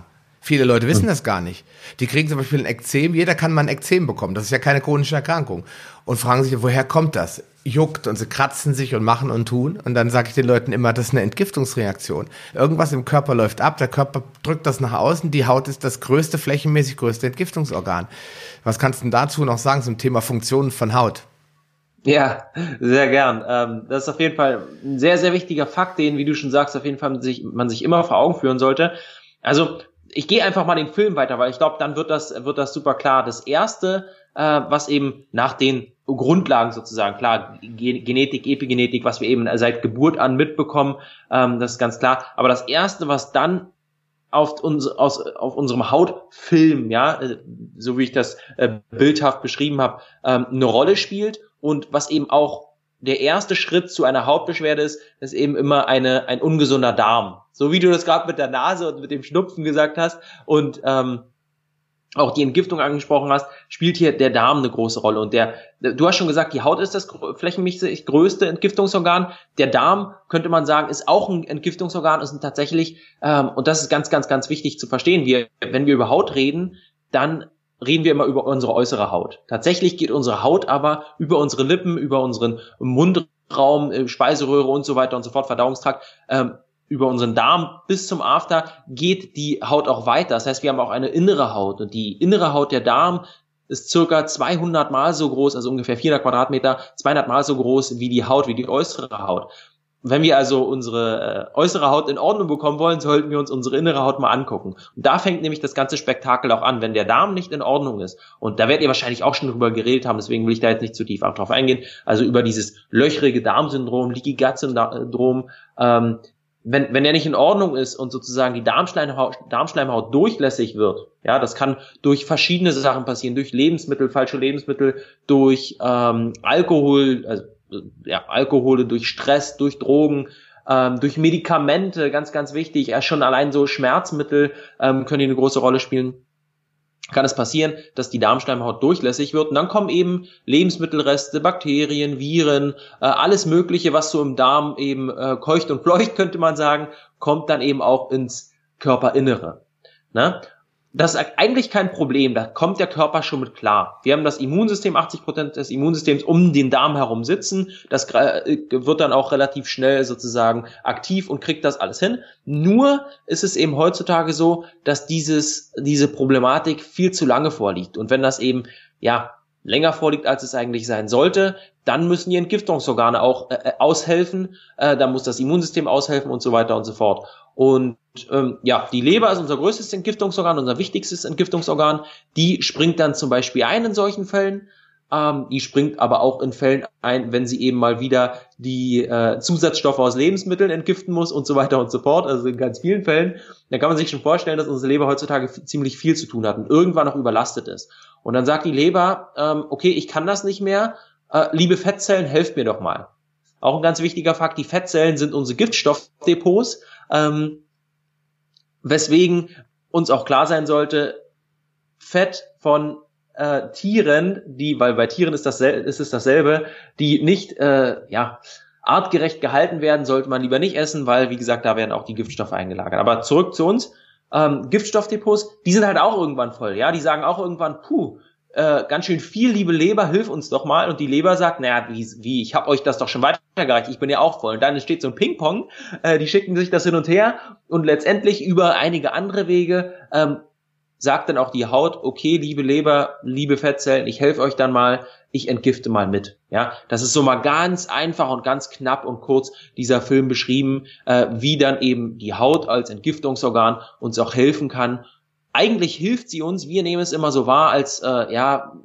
Viele Leute wissen das gar nicht. Die kriegen zum Beispiel ein Ekzem, jeder kann mal ein Ekzem bekommen, das ist ja keine chronische Erkrankung. Und fragen sich, woher kommt das? Juckt und sie kratzen sich und machen und tun. Und dann sage ich den Leuten immer, das ist eine Entgiftungsreaktion. Irgendwas im Körper läuft ab, der Körper drückt das nach außen, die Haut ist das größte, flächenmäßig größte Entgiftungsorgan. Was kannst du denn dazu noch sagen zum Thema Funktionen von Haut? Ja, sehr gern. Ähm, das ist auf jeden Fall ein sehr, sehr wichtiger Fakt, den, wie du schon sagst, auf jeden Fall sich, man sich immer vor Augen führen sollte. Also ich gehe einfach mal den Film weiter, weil ich glaube, dann wird das wird das super klar. Das Erste, äh, was eben nach den Grundlagen sozusagen, klar, Genetik, Epigenetik, was wir eben seit Geburt an mitbekommen, ähm, das ist ganz klar. Aber das Erste, was dann auf, uns, aus, auf unserem Hautfilm, ja, so wie ich das äh, bildhaft beschrieben habe, ähm, eine Rolle spielt und was eben auch der erste Schritt zu einer Hautbeschwerde ist, ist eben immer eine ein ungesunder Darm. So wie du das gerade mit der Nase und mit dem Schnupfen gesagt hast und ähm, auch die Entgiftung angesprochen hast, spielt hier der Darm eine große Rolle. Und der, du hast schon gesagt, die Haut ist das flächenmäßig größte Entgiftungsorgan. Der Darm, könnte man sagen, ist auch ein Entgiftungsorgan, ist tatsächlich, ähm, und das ist ganz, ganz, ganz wichtig zu verstehen. Wir, wenn wir über Haut reden, dann reden wir immer über unsere äußere Haut. Tatsächlich geht unsere Haut aber über unsere Lippen, über unseren Mundraum, Speiseröhre und so weiter und so fort, Verdauungstrakt, ähm, über unseren Darm bis zum After geht die Haut auch weiter. Das heißt, wir haben auch eine innere Haut und die innere Haut, der Darm, ist circa zweihundert Mal so groß, also ungefähr vierhundert Quadratmeter, zweihundert Mal so groß wie die Haut, wie die äußere Haut. Wenn wir also unsere äh, äußere Haut in Ordnung bekommen wollen, sollten wir uns unsere innere Haut mal angucken. Und da fängt nämlich das ganze Spektakel auch an, wenn der Darm nicht in Ordnung ist. Und da werdet ihr wahrscheinlich auch schon drüber geredet haben, deswegen will ich da jetzt nicht zu tief drauf eingehen. Also über dieses löchrige Darmsyndrom, Leaky Gut Syndrom, ähm, wenn wenn der nicht in Ordnung ist und sozusagen die Darmschleimhaut, Darmschleimhaut durchlässig wird, ja, das kann durch verschiedene Sachen passieren, durch Lebensmittel, falsche Lebensmittel, durch ähm, Alkohol, also ja, Alkohole, durch Stress, durch Drogen, ähm, durch Medikamente, ganz, ganz wichtig, ja, schon allein so Schmerzmittel ähm, können hier eine große Rolle spielen. Kann es passieren, dass die Darmschleimhaut durchlässig wird und dann kommen eben Lebensmittelreste, Bakterien, Viren, äh, alles Mögliche, was so im Darm eben äh, keucht und fleucht, könnte man sagen, kommt dann eben auch ins Körperinnere. Ne? Das ist eigentlich kein Problem, da kommt der Körper schon mit klar. Wir haben das Immunsystem, achtzig Prozent des Immunsystems um den Darm herum sitzen, das wird dann auch relativ schnell sozusagen aktiv und kriegt das alles hin. Nur ist es eben heutzutage so, dass dieses diese Problematik viel zu lange vorliegt. Und wenn das eben, ja, länger vorliegt, als es eigentlich sein sollte, dann müssen die Entgiftungsorgane auch äh, aushelfen, äh, dann muss das Immunsystem aushelfen und so weiter und so fort. Und ähm, ja, die Leber ist unser größtes Entgiftungsorgan, unser wichtigstes Entgiftungsorgan. Die springt dann zum Beispiel ein in solchen Fällen. Ähm, die springt aber auch in Fällen ein, wenn sie eben mal wieder die äh, Zusatzstoffe aus Lebensmitteln entgiften muss und so weiter und so fort. Also in ganz vielen Fällen. Da kann man sich schon vorstellen, dass unsere Leber heutzutage f- ziemlich viel zu tun hat und irgendwann auch überlastet ist. Und dann sagt die Leber, ähm, okay, ich kann das nicht mehr. Äh, liebe Fettzellen, helft mir doch mal. Auch ein ganz wichtiger Fakt, die Fettzellen sind unsere Giftstoffdepots, ähm, weswegen uns auch klar sein sollte, Fett von äh, Tieren, die, weil bei Tieren ist, das, ist es dasselbe, die nicht äh, ja artgerecht gehalten werden, sollte man lieber nicht essen, weil, wie gesagt, da werden auch die Giftstoffe eingelagert. Aber zurück zu uns, ähm, Giftstoffdepots, die sind halt auch irgendwann voll, ja, die sagen auch irgendwann, puh, Äh, ganz schön viel, liebe Leber, hilf uns doch mal. Und die Leber sagt, naja, wie, wie ich habe euch das doch schon weitergereicht, ich bin ja auch voll. Und dann entsteht so ein Ping-Pong, äh, die schicken sich das hin und her und letztendlich über einige andere Wege ähm, sagt dann auch die Haut, okay, liebe Leber, liebe Fettzellen, ich helfe euch dann mal, ich entgifte mal mit. Ja, das ist so mal ganz einfach und ganz knapp und kurz dieser Film beschrieben, äh, wie dann eben die Haut als Entgiftungsorgan uns auch helfen kann. Eigentlich hilft sie uns, wir nehmen es immer so wahr als äh, ja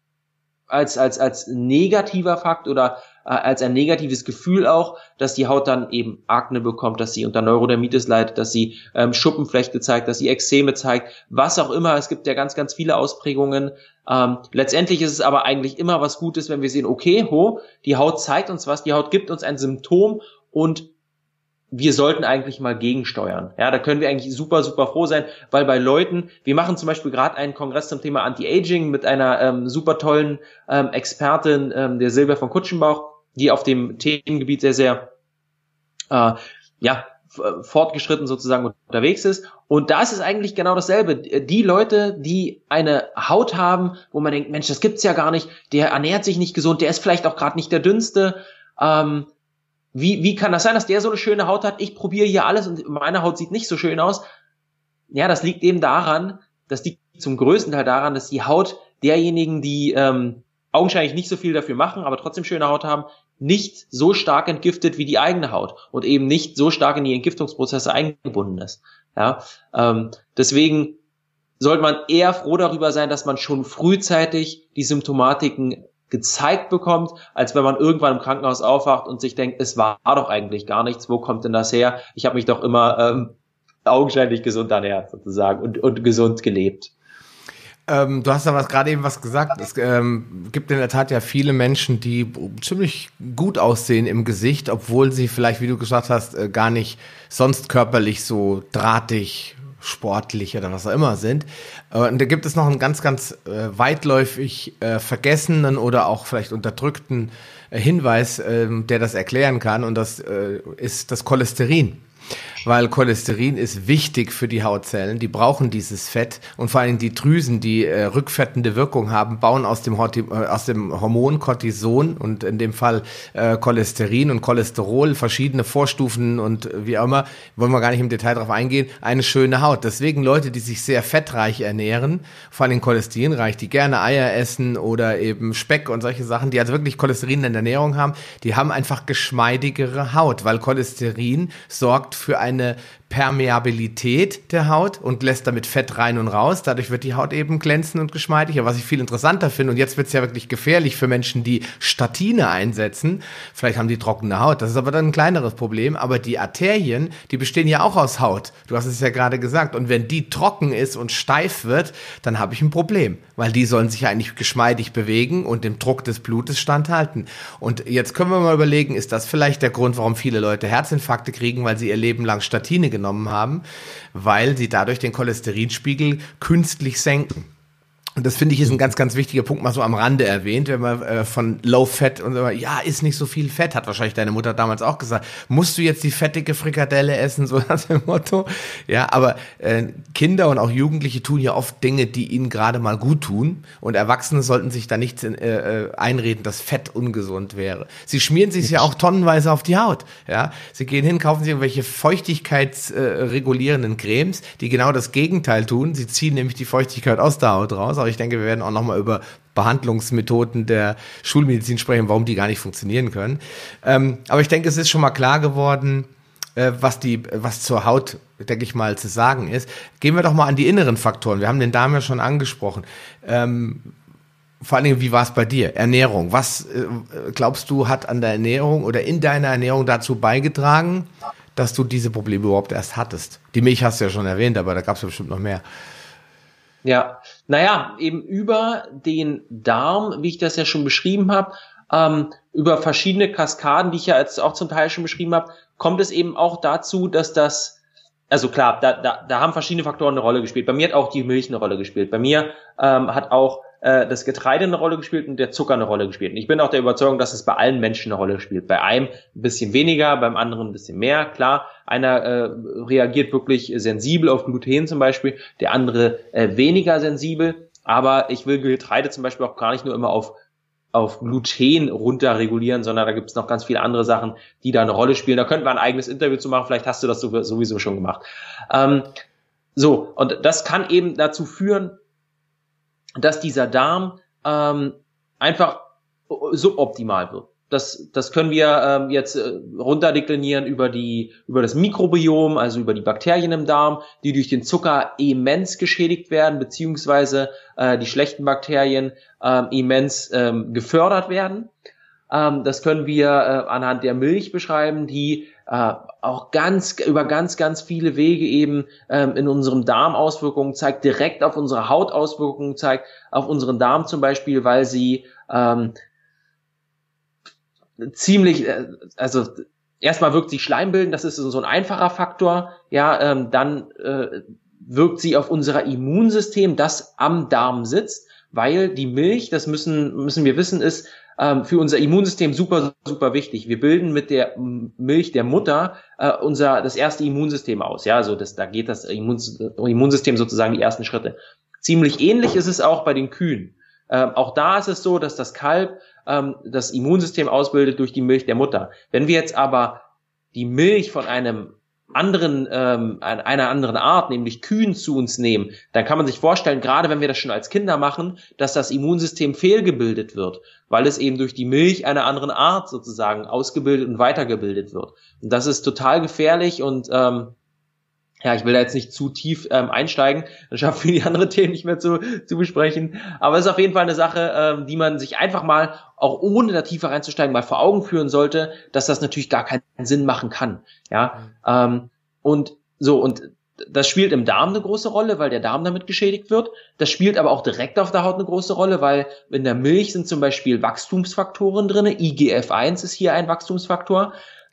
als als als negativer Fakt oder äh, als ein negatives Gefühl auch, dass die Haut dann eben Akne bekommt, dass sie unter Neurodermitis leidet, dass sie ähm, Schuppenflechte zeigt, dass sie Ekzeme zeigt, was auch immer. Es gibt ja ganz ganz viele Ausprägungen. Ähm, letztendlich ist es aber eigentlich immer was Gutes, wenn wir sehen, okay, ho, die Haut zeigt uns was, die Haut gibt uns ein Symptom und wir sollten eigentlich mal gegensteuern. Ja, da können wir eigentlich super, super froh sein, weil bei Leuten, wir machen zum Beispiel gerade einen Kongress zum Thema Anti-Aging mit einer ähm, super tollen ähm, Expertin, ähm, der Silvia von Kutschenbauch, die auf dem Themengebiet sehr, sehr, äh, ja, fortgeschritten sozusagen unterwegs ist. Und da ist es eigentlich genau dasselbe. Die Leute, die eine Haut haben, wo man denkt, Mensch, das gibt's ja gar nicht, der ernährt sich nicht gesund, der ist vielleicht auch gerade nicht der Dünnste. Ähm, wie, wie kann das sein, dass der so eine schöne Haut hat? Ich probiere hier alles und meine Haut sieht nicht so schön aus. Ja, das liegt eben daran, das liegt zum größten Teil daran, dass die Haut derjenigen, die ähm, augenscheinlich nicht so viel dafür machen, aber trotzdem schöne Haut haben, nicht so stark entgiftet wie die eigene Haut und eben nicht so stark in die Entgiftungsprozesse eingebunden ist. Ja, ähm, deswegen sollte man eher froh darüber sein, dass man schon frühzeitig die Symptomatiken gezeigt bekommt, als wenn man irgendwann im Krankenhaus aufwacht und sich denkt, es war doch eigentlich gar nichts, wo kommt denn das her? Ich habe mich doch immer ähm, augenscheinlich gesund ernährt sozusagen und, und gesund gelebt. Ähm, du hast da was gerade eben was gesagt. Es ähm, gibt in der Tat ja viele Menschen, die ziemlich gut aussehen im Gesicht, obwohl sie vielleicht, wie du gesagt hast, äh, gar nicht sonst körperlich so drahtig, sportlich oder was auch immer sind. Äh, und da gibt es noch einen ganz, ganz äh, weitläufig äh, vergessenen oder auch vielleicht unterdrückten äh, Hinweis, äh, der das erklären kann. Und das äh, ist das Cholesterin. Weil Cholesterin ist wichtig für die Hautzellen, die brauchen dieses Fett und vor allem die Drüsen, die äh, rückfettende Wirkung haben, bauen aus dem, Horti- äh, aus dem Hormon Cortison und in dem Fall äh, Cholesterin und Cholesterol, verschiedene Vorstufen und äh, wie auch immer, wollen wir gar nicht im Detail drauf eingehen, eine schöne Haut. Deswegen Leute, die sich sehr fettreich ernähren, vor allem cholesterinreich, die gerne Eier essen oder eben Speck und solche Sachen, die also wirklich Cholesterin in der Ernährung haben, die haben einfach geschmeidigere Haut, weil Cholesterin sorgt für eine Permeabilität der Haut und lässt damit Fett rein und raus. Dadurch wird die Haut eben glänzend und geschmeidig. Aber was ich viel interessanter finde, und jetzt wird es ja wirklich gefährlich für Menschen, die Statine einsetzen. Vielleicht haben die trockene Haut. Das ist aber dann ein kleineres Problem. Aber die Arterien, die bestehen ja auch aus Haut. Du hast es ja gerade gesagt. Und wenn die trocken ist und steif wird, dann habe ich ein Problem. Weil die sollen sich ja eigentlich geschmeidig bewegen und dem Druck des Blutes standhalten. Und jetzt können wir mal überlegen, ist das vielleicht der Grund, warum viele Leute Herzinfarkte kriegen, weil sie ihr Leben lang Statine genommen haben, weil sie dadurch den Cholesterinspiegel künstlich senken. Und das finde ich ist ein ganz, ganz wichtiger Punkt, mal so am Rande erwähnt, wenn man äh, von Low Fat und so, ja, ist nicht so viel Fett, hat wahrscheinlich deine Mutter damals auch gesagt. Musst du jetzt die fettige Frikadelle essen, so nach dem Motto. Ja, aber äh, Kinder und auch Jugendliche tun ja oft Dinge, die ihnen gerade mal gut tun. Und Erwachsene sollten sich da nicht äh, einreden, dass Fett ungesund wäre. Sie schmieren sich ja auch tonnenweise auf die Haut. Ja, sie gehen hin, kaufen sich irgendwelche feuchtigkeitsregulierenden äh, Cremes, die genau das Gegenteil tun. Sie ziehen nämlich die Feuchtigkeit aus der Haut raus. Aber ich denke, wir werden auch nochmal über Behandlungsmethoden der Schulmedizin sprechen, warum die gar nicht funktionieren können. Ähm, aber ich denke, es ist schon mal klar geworden, äh, was die, was zur Haut, denke ich mal, zu sagen ist. Gehen wir doch mal an die inneren Faktoren. Wir haben den Darm ja schon angesprochen. Ähm, vor allen Dingen, wie war es bei dir? Ernährung. Was äh, glaubst du, hat an der Ernährung oder in deiner Ernährung dazu beigetragen, dass du diese Probleme überhaupt erst hattest? Die Milch hast du ja schon erwähnt, aber da gab es ja bestimmt noch mehr. Ja, naja, eben über den Darm, wie ich das ja schon beschrieben habe, ähm, über verschiedene Kaskaden, die ich ja jetzt auch zum Teil schon beschrieben habe, kommt es eben auch dazu, dass das, also klar, da, da, da haben verschiedene Faktoren eine Rolle gespielt. Bei mir hat auch die Milch eine Rolle gespielt. Bei mir ähm, hat auch äh, das Getreide eine Rolle gespielt und der Zucker eine Rolle gespielt. Und ich bin auch der Überzeugung, dass es bei allen Menschen eine Rolle spielt. Bei einem ein bisschen weniger, beim anderen ein bisschen mehr. Klar, einer äh, reagiert wirklich sensibel auf Gluten zum Beispiel, der andere äh, weniger sensibel. Aber ich will Getreide zum Beispiel auch gar nicht nur immer auf auf Gluten runterregulieren, sondern da gibt es noch ganz viele andere Sachen, die da eine Rolle spielen. Da könnten wir ein eigenes Interview zu machen. Vielleicht hast du das sowieso schon gemacht. Ähm, so, und das kann eben dazu führen, dass dieser Darm ähm, einfach suboptimal wird. Das, das können wir ähm, jetzt äh, runterdeklinieren über die, über das Mikrobiom, also über die Bakterien im Darm, die durch den Zucker immens geschädigt werden, beziehungsweise äh, die schlechten Bakterien ähm, immens ähm, gefördert werden. Ähm, das können wir äh, anhand der Milch beschreiben, die äh, auch ganz über ganz, ganz viele Wege eben ähm, in unserem Darm Auswirkungen zeigt, direkt auf unsere Haut Auswirkungen zeigt, auf unseren Darm zum Beispiel, weil sie ähm, ziemlich, also erstmal wirkt sie Schleimbilden, das ist so ein einfacher Faktor, ja, ähm, dann äh, wirkt sie auf unser Immunsystem, das am Darm sitzt, weil die Milch, das müssen müssen wir wissen, ist ähm, für unser Immunsystem super super wichtig. Wir bilden mit der Milch der Mutter äh, unser das erste Immunsystem aus. Ja, also das da geht das Immuns- Immunsystem sozusagen die ersten Schritte. Ziemlich ähnlich ist es auch bei den Kühen. Ähm, auch da ist es so, dass das Kalb ähm, das Immunsystem ausbildet durch die Milch der Mutter. Wenn wir jetzt aber die Milch von einem anderen, ähm, einer anderen Art, nämlich Kühen zu uns nehmen, dann kann man sich vorstellen, gerade wenn wir das schon als Kinder machen, dass das Immunsystem fehlgebildet wird, weil es eben durch die Milch einer anderen Art sozusagen ausgebildet und weitergebildet wird. Und das ist total gefährlich und ähm, ja, ich will da jetzt nicht zu tief ähm, einsteigen, dann schaffen wir die anderen Themen nicht mehr zu, zu besprechen. Aber es ist auf jeden Fall eine Sache, ähm, die man sich einfach mal, auch ohne da tiefer reinzusteigen, mal vor Augen führen sollte, dass das natürlich gar keinen Sinn machen kann. Ja, mhm. ähm, und so, und das spielt im Darm eine große Rolle, weil der Darm damit geschädigt wird. Das spielt aber auch direkt auf der Haut eine große Rolle, weil in der Milch sind zum Beispiel Wachstumsfaktoren drin. I G F eins ist hier ein Wachstumsfaktor,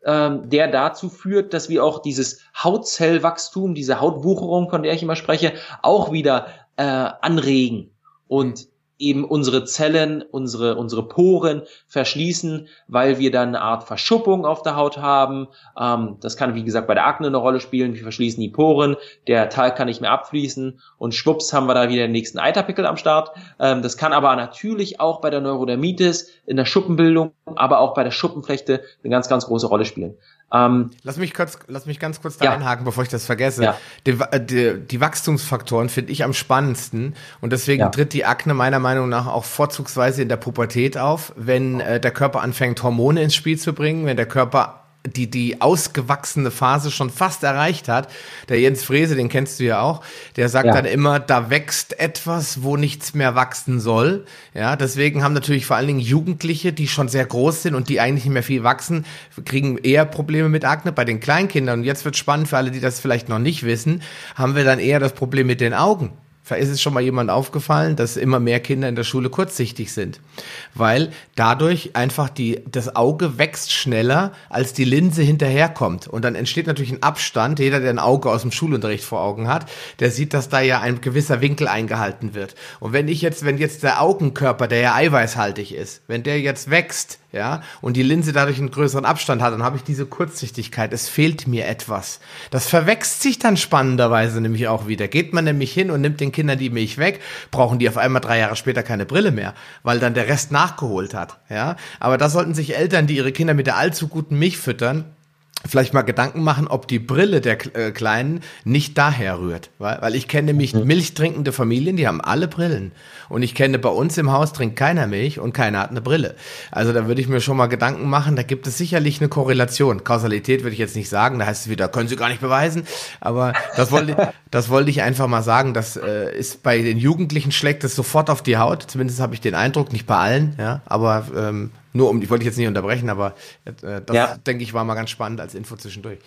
der dazu führt, dass wir auch dieses Hautzellwachstum, diese Hautwucherung, von der ich immer spreche, auch wieder äh, anregen und eben unsere Zellen, unsere unsere Poren verschließen, weil wir dann eine Art Verschuppung auf der Haut haben. Ähm, das kann, wie gesagt, bei der Akne eine Rolle spielen. Wir verschließen die Poren, der Talg kann nicht mehr abfließen und schwupps haben wir da wieder den nächsten Eiterpickel am Start. Ähm, das kann aber natürlich auch bei der Neurodermitis, in der Schuppenbildung, aber auch bei der Schuppenflechte eine ganz, ganz große Rolle spielen. Ähm, lass mich kurz, lass mich ganz kurz da ja. einhaken, bevor ich das vergesse. Ja. Die, die, die Wachstumsfaktoren finde ich am spannendsten und deswegen ja. tritt die Akne meiner Meinung nach auch vorzugsweise in der Pubertät auf, wenn äh, der Körper anfängt, Hormone ins Spiel zu bringen, wenn der Körper die die ausgewachsene Phase schon fast erreicht hat. Der Jens Frese, den kennst du ja auch, der sagt ja. dann immer, da wächst etwas, wo nichts mehr wachsen soll. Ja, deswegen haben natürlich vor allen Dingen Jugendliche, die schon sehr groß sind und die eigentlich nicht mehr viel wachsen, kriegen eher Probleme mit Akne. Bei den Kleinkindern, und jetzt wird spannend für alle, die das vielleicht noch nicht wissen, haben wir dann eher das Problem mit den Augen. Ist es schon mal jemand aufgefallen, dass immer mehr Kinder in der Schule kurzsichtig sind? Weil dadurch einfach die, das Auge wächst schneller, als die Linse hinterherkommt. Und dann entsteht natürlich ein Abstand. Jeder, der ein Auge aus dem Schulunterricht vor Augen hat, der sieht, dass da ja ein gewisser Winkel eingehalten wird. Und wenn ich jetzt, wenn jetzt der Augenkörper, der ja eiweißhaltig ist, wenn der jetzt wächst, ja, und die Linse dadurch einen größeren Abstand hat, dann habe ich diese Kurzsichtigkeit. Es fehlt mir etwas. Das verwächst sich dann spannenderweise nämlich auch wieder. Geht man nämlich hin und nimmt den Kindern die Milch weg, brauchen die auf einmal drei Jahre später keine Brille mehr, weil dann der Rest nachgeholt hat. Ja, aber da sollten sich Eltern, die ihre Kinder mit der allzu guten Milch füttern, vielleicht mal Gedanken machen, ob die Brille der äh, Kleinen nicht daher rührt. Weil, weil ich kenne nämlich mhm. milchtrinkende Familien, die haben alle Brillen. Und ich kenne, bei uns im Haus trinkt keiner Milch und keiner hat eine Brille. Also da würde ich mir schon mal Gedanken machen, da gibt es sicherlich eine Korrelation. Kausalität würde ich jetzt nicht sagen, da heißt es wieder, können Sie gar nicht beweisen. Aber das wollte, das wollte ich einfach mal sagen, das äh, ist bei den Jugendlichen, schlägt es sofort auf die Haut. Zumindest habe ich den Eindruck, nicht bei allen, ja, aber ähm, nur um, ich wollte dich jetzt nicht unterbrechen, aber äh, das, ja. denke ich, war mal ganz spannend als Info zwischendurch.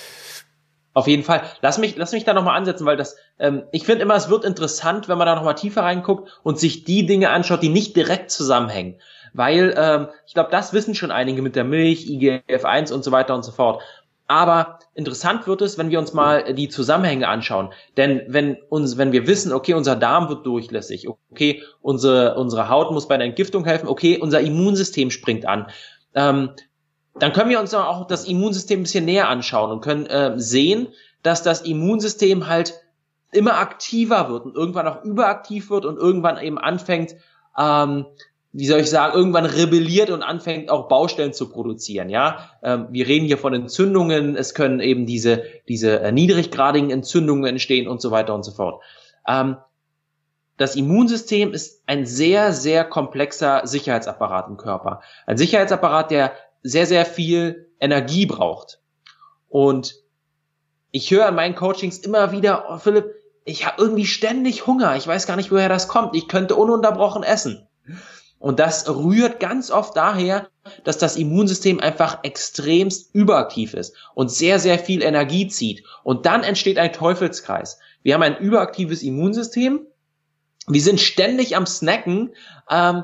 Auf jeden Fall. Lass mich, lass mich da nochmal ansetzen, weil das, ähm, ich finde immer, es wird interessant, wenn man da nochmal tiefer reinguckt und sich die Dinge anschaut, die nicht direkt zusammenhängen. Weil, ähm, ich glaube, das wissen schon einige mit der Milch, I G F eins und so weiter und so fort. Aber interessant wird es, wenn wir uns mal die Zusammenhänge anschauen. Denn wenn uns, wenn wir wissen, okay, unser Darm wird durchlässig, okay, unsere, unsere Haut muss bei der Entgiftung helfen, okay, unser Immunsystem springt an, ähm, dann können wir uns auch das Immunsystem ein bisschen näher anschauen und können äh, sehen, dass das Immunsystem halt immer aktiver wird und irgendwann auch überaktiv wird und irgendwann eben anfängt, ähm, wie soll ich sagen, irgendwann rebelliert und anfängt auch Baustellen zu produzieren, ja. Ähm, wir reden hier von Entzündungen, es können eben diese diese äh, niedriggradigen Entzündungen entstehen und so weiter und so fort. Ähm, das Immunsystem ist ein sehr, sehr komplexer Sicherheitsapparat im Körper. Ein Sicherheitsapparat, der sehr, sehr viel Energie braucht. Und ich höre in meinen Coachings immer wieder, oh Philipp, ich habe irgendwie ständig Hunger, ich weiß gar nicht, woher das kommt, ich könnte ununterbrochen essen. Und das rührt ganz oft daher, dass das Immunsystem einfach extremst überaktiv ist und sehr, sehr viel Energie zieht. Und dann entsteht ein Teufelskreis. Wir haben ein überaktives Immunsystem, wir sind ständig am Snacken ähm,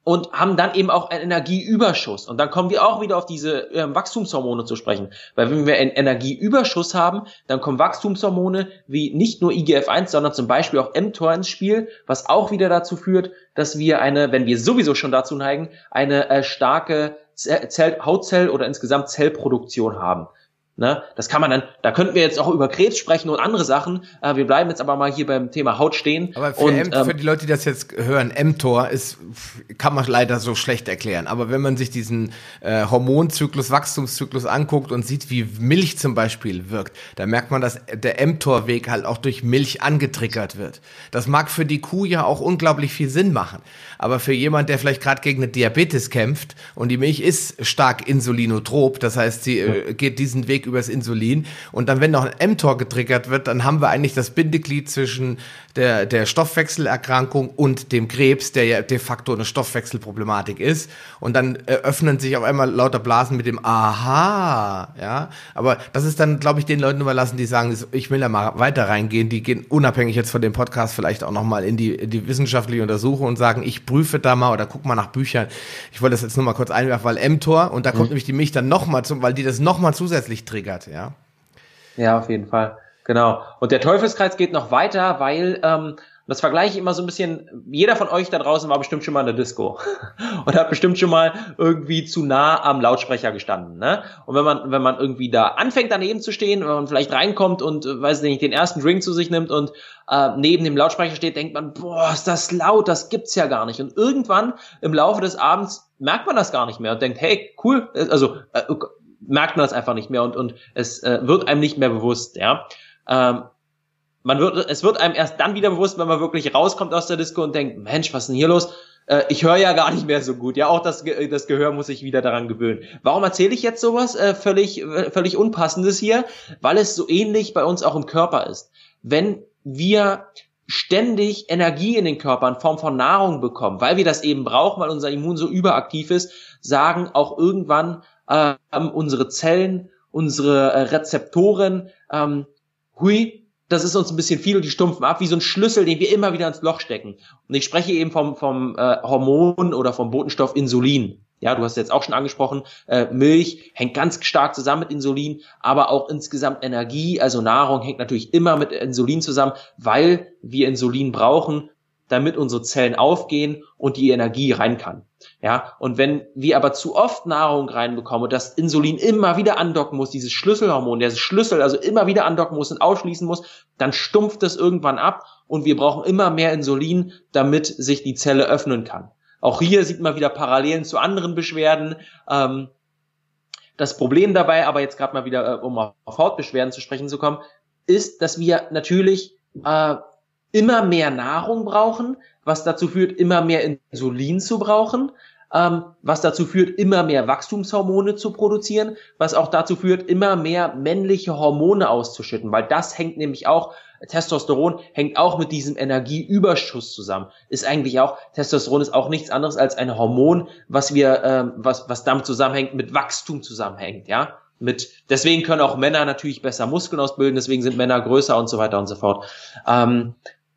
und haben dann eben auch einen Energieüberschuss. Und dann kommen wir auch wieder auf diese äh, Wachstumshormone zu sprechen. Weil wenn wir einen Energieüberschuss haben, dann kommen Wachstumshormone wie nicht nur I G F eins, sondern zum Beispiel auch mTOR ins Spiel, was auch wieder dazu führt, dass wir eine, wenn wir sowieso schon dazu neigen, eine äh, starke Zell, Hautzell- oder insgesamt Zellproduktion haben. Ne, das kann man dann, da könnten wir jetzt auch über Krebs sprechen und andere Sachen. Äh, wir bleiben jetzt aber mal hier beim Thema Haut stehen. Aber für, und, M- ähm, für die Leute, die das jetzt hören, mTOR ist, kann man leider so schlecht erklären. Aber wenn man sich diesen äh, Hormonzyklus, Wachstumszyklus anguckt und sieht, wie Milch zum Beispiel wirkt, da merkt man, dass der mTOR-Weg halt auch durch Milch angetriggert wird. Das mag für die Kuh ja auch unglaublich viel Sinn machen. Aber für jemand, der vielleicht gerade gegen eine Diabetes kämpft und die Milch ist stark insulinotrop, das heißt, sie äh, geht diesen Weg übers Insulin und dann, wenn noch ein mTOR getriggert wird, dann haben wir eigentlich das Bindeglied zwischen der, der Stoffwechselerkrankung und dem Krebs, der ja de facto eine Stoffwechselproblematik ist, und dann öffnen sich auf einmal lauter Blasen mit dem Aha, ja, aber das ist dann, glaube ich, den Leuten überlassen, die sagen, ich will da mal weiter reingehen, die gehen unabhängig jetzt von dem Podcast vielleicht auch nochmal in die, in die wissenschaftliche Untersuchung und sagen, ich prüfe da mal oder guck mal nach Büchern. Ich wollte das jetzt nur mal kurz einwerfen, weil mTOR, und da kommt mhm. nämlich die Milch dann nochmal zum, weil die das nochmal zusätzlich triggert, ja. Ja, auf jeden Fall, genau. Und der Teufelskreis geht noch weiter, weil, ähm, das vergleiche ich immer so ein bisschen, jeder von euch da draußen war bestimmt schon mal in der Disco und hat bestimmt schon mal irgendwie zu nah am Lautsprecher gestanden, ne? Und wenn man, wenn man irgendwie da anfängt daneben zu stehen, wenn man vielleicht reinkommt und, weiß nicht, den ersten Drink zu sich nimmt und äh, neben dem Lautsprecher steht, denkt man, boah, ist das laut, das gibt's ja gar nicht. Und irgendwann im Laufe des Abends merkt man das gar nicht mehr und denkt, hey, cool, also äh, merkt man das einfach nicht mehr und, und es äh, wird einem nicht mehr bewusst, ja. Ähm, Man wird, es wird einem erst dann wieder bewusst, wenn man wirklich rauskommt aus der Disco und denkt, Mensch, was ist denn hier los? Äh, ich höre ja gar nicht mehr so gut. Ja, auch das, das Gehör muss ich wieder daran gewöhnen. Warum erzähle ich jetzt sowas? Äh, völlig, völlig Unpassendes hier, weil es so ähnlich bei uns auch im Körper ist. Wenn wir ständig Energie in den Körper in Form von Nahrung bekommen, weil wir das eben brauchen, weil unser Immun so überaktiv ist, sagen auch irgendwann äh, unsere Zellen, unsere äh, Rezeptoren, ähm, hui, das ist uns ein bisschen viel und die stumpfen ab, wie so ein Schlüssel, den wir immer wieder ins Loch stecken. Und ich spreche eben vom, vom äh, Hormon oder vom Botenstoff Insulin. Ja, du hast jetzt auch schon angesprochen, äh, Milch hängt ganz stark zusammen mit Insulin, aber auch insgesamt Energie, also Nahrung hängt natürlich immer mit Insulin zusammen, weil wir Insulin brauchen, damit unsere Zellen aufgehen und die Energie rein kann. Ja, und wenn wir aber zu oft Nahrung reinbekommen und das Insulin immer wieder andocken muss, dieses Schlüsselhormon, der Schlüssel also immer wieder andocken muss und ausschließen muss, dann stumpft es irgendwann ab und wir brauchen immer mehr Insulin, damit sich die Zelle öffnen kann. Auch hier sieht man wieder Parallelen zu anderen Beschwerden. Ähm, das Problem dabei, aber jetzt gerade mal wieder, um auf Hautbeschwerden zu sprechen zu kommen, ist, dass wir natürlich äh, immer mehr Nahrung brauchen, was dazu führt, immer mehr Insulin zu brauchen, ähm, was dazu führt, immer mehr Wachstumshormone zu produzieren, was auch dazu führt, immer mehr männliche Hormone auszuschütten, weil das hängt nämlich auch, Testosteron hängt auch mit diesem Energieüberschuss zusammen. Ist eigentlich auch, Testosteron ist auch nichts anderes als ein Hormon, was wir, ähm, was, was damit zusammenhängt, mit Wachstum zusammenhängt, ja. Mit, deswegen können auch Männer natürlich besser Muskeln ausbilden, deswegen sind Männer größer und so weiter und so fort. Ähm,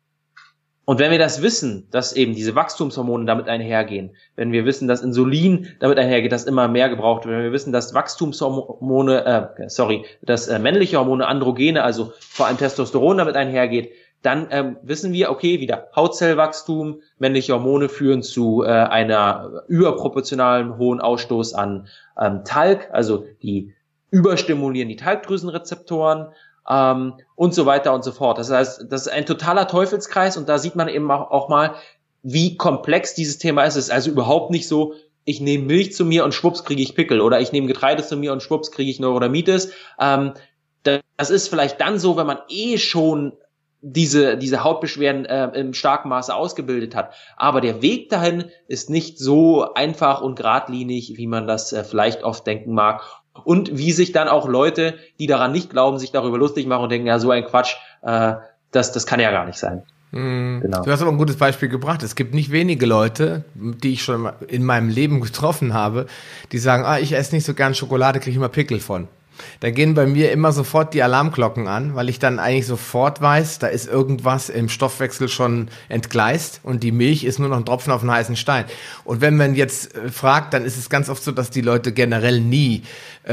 Und wenn wir das wissen, dass eben diese Wachstumshormone damit einhergehen, wenn wir wissen, dass Insulin damit einhergeht, dass immer mehr gebraucht wird, wenn wir wissen, dass Wachstumshormone, äh, sorry, dass äh, männliche Hormone, Androgene, also vor allem Testosteron damit einhergeht, dann ähm, wissen wir, okay, wieder Hautzellwachstum, männliche Hormone führen zu äh, einer überproportionalen hohen Ausstoß an ähm, Talg, also die überstimulieren die Talgdrüsenrezeptoren, Ähm, und so weiter und so fort. Das heißt, das ist ein totaler Teufelskreis und da sieht man eben auch, auch mal, wie komplex dieses Thema ist. Es ist also überhaupt nicht so, ich nehme Milch zu mir und schwupps kriege ich Pickel oder ich nehme Getreide zu mir und schwupps kriege ich Neurodermitis. Ähm, das ist vielleicht dann so, wenn man eh schon diese diese Hautbeschwerden äh, im starken Maße ausgebildet hat. Aber der Weg dahin ist nicht so einfach und geradlinig, wie man das äh, vielleicht oft denken mag. Und wie sich dann auch Leute, die daran nicht glauben, sich darüber lustig machen und denken, ja, so ein Quatsch, äh, das, das kann ja gar nicht sein. Mm, genau. Du hast aber ein gutes Beispiel gebracht. Es gibt nicht wenige Leute, die ich schon in meinem Leben getroffen habe, die sagen, ah, ich esse nicht so gern Schokolade, kriege ich immer Pickel von. Da gehen bei mir immer sofort die Alarmglocken an, weil ich dann eigentlich sofort weiß, da ist irgendwas im Stoffwechsel schon entgleist und die Milch ist nur noch ein Tropfen auf einen heißen Stein. Und wenn man jetzt äh, fragt, dann ist es ganz oft so, dass die Leute generell nie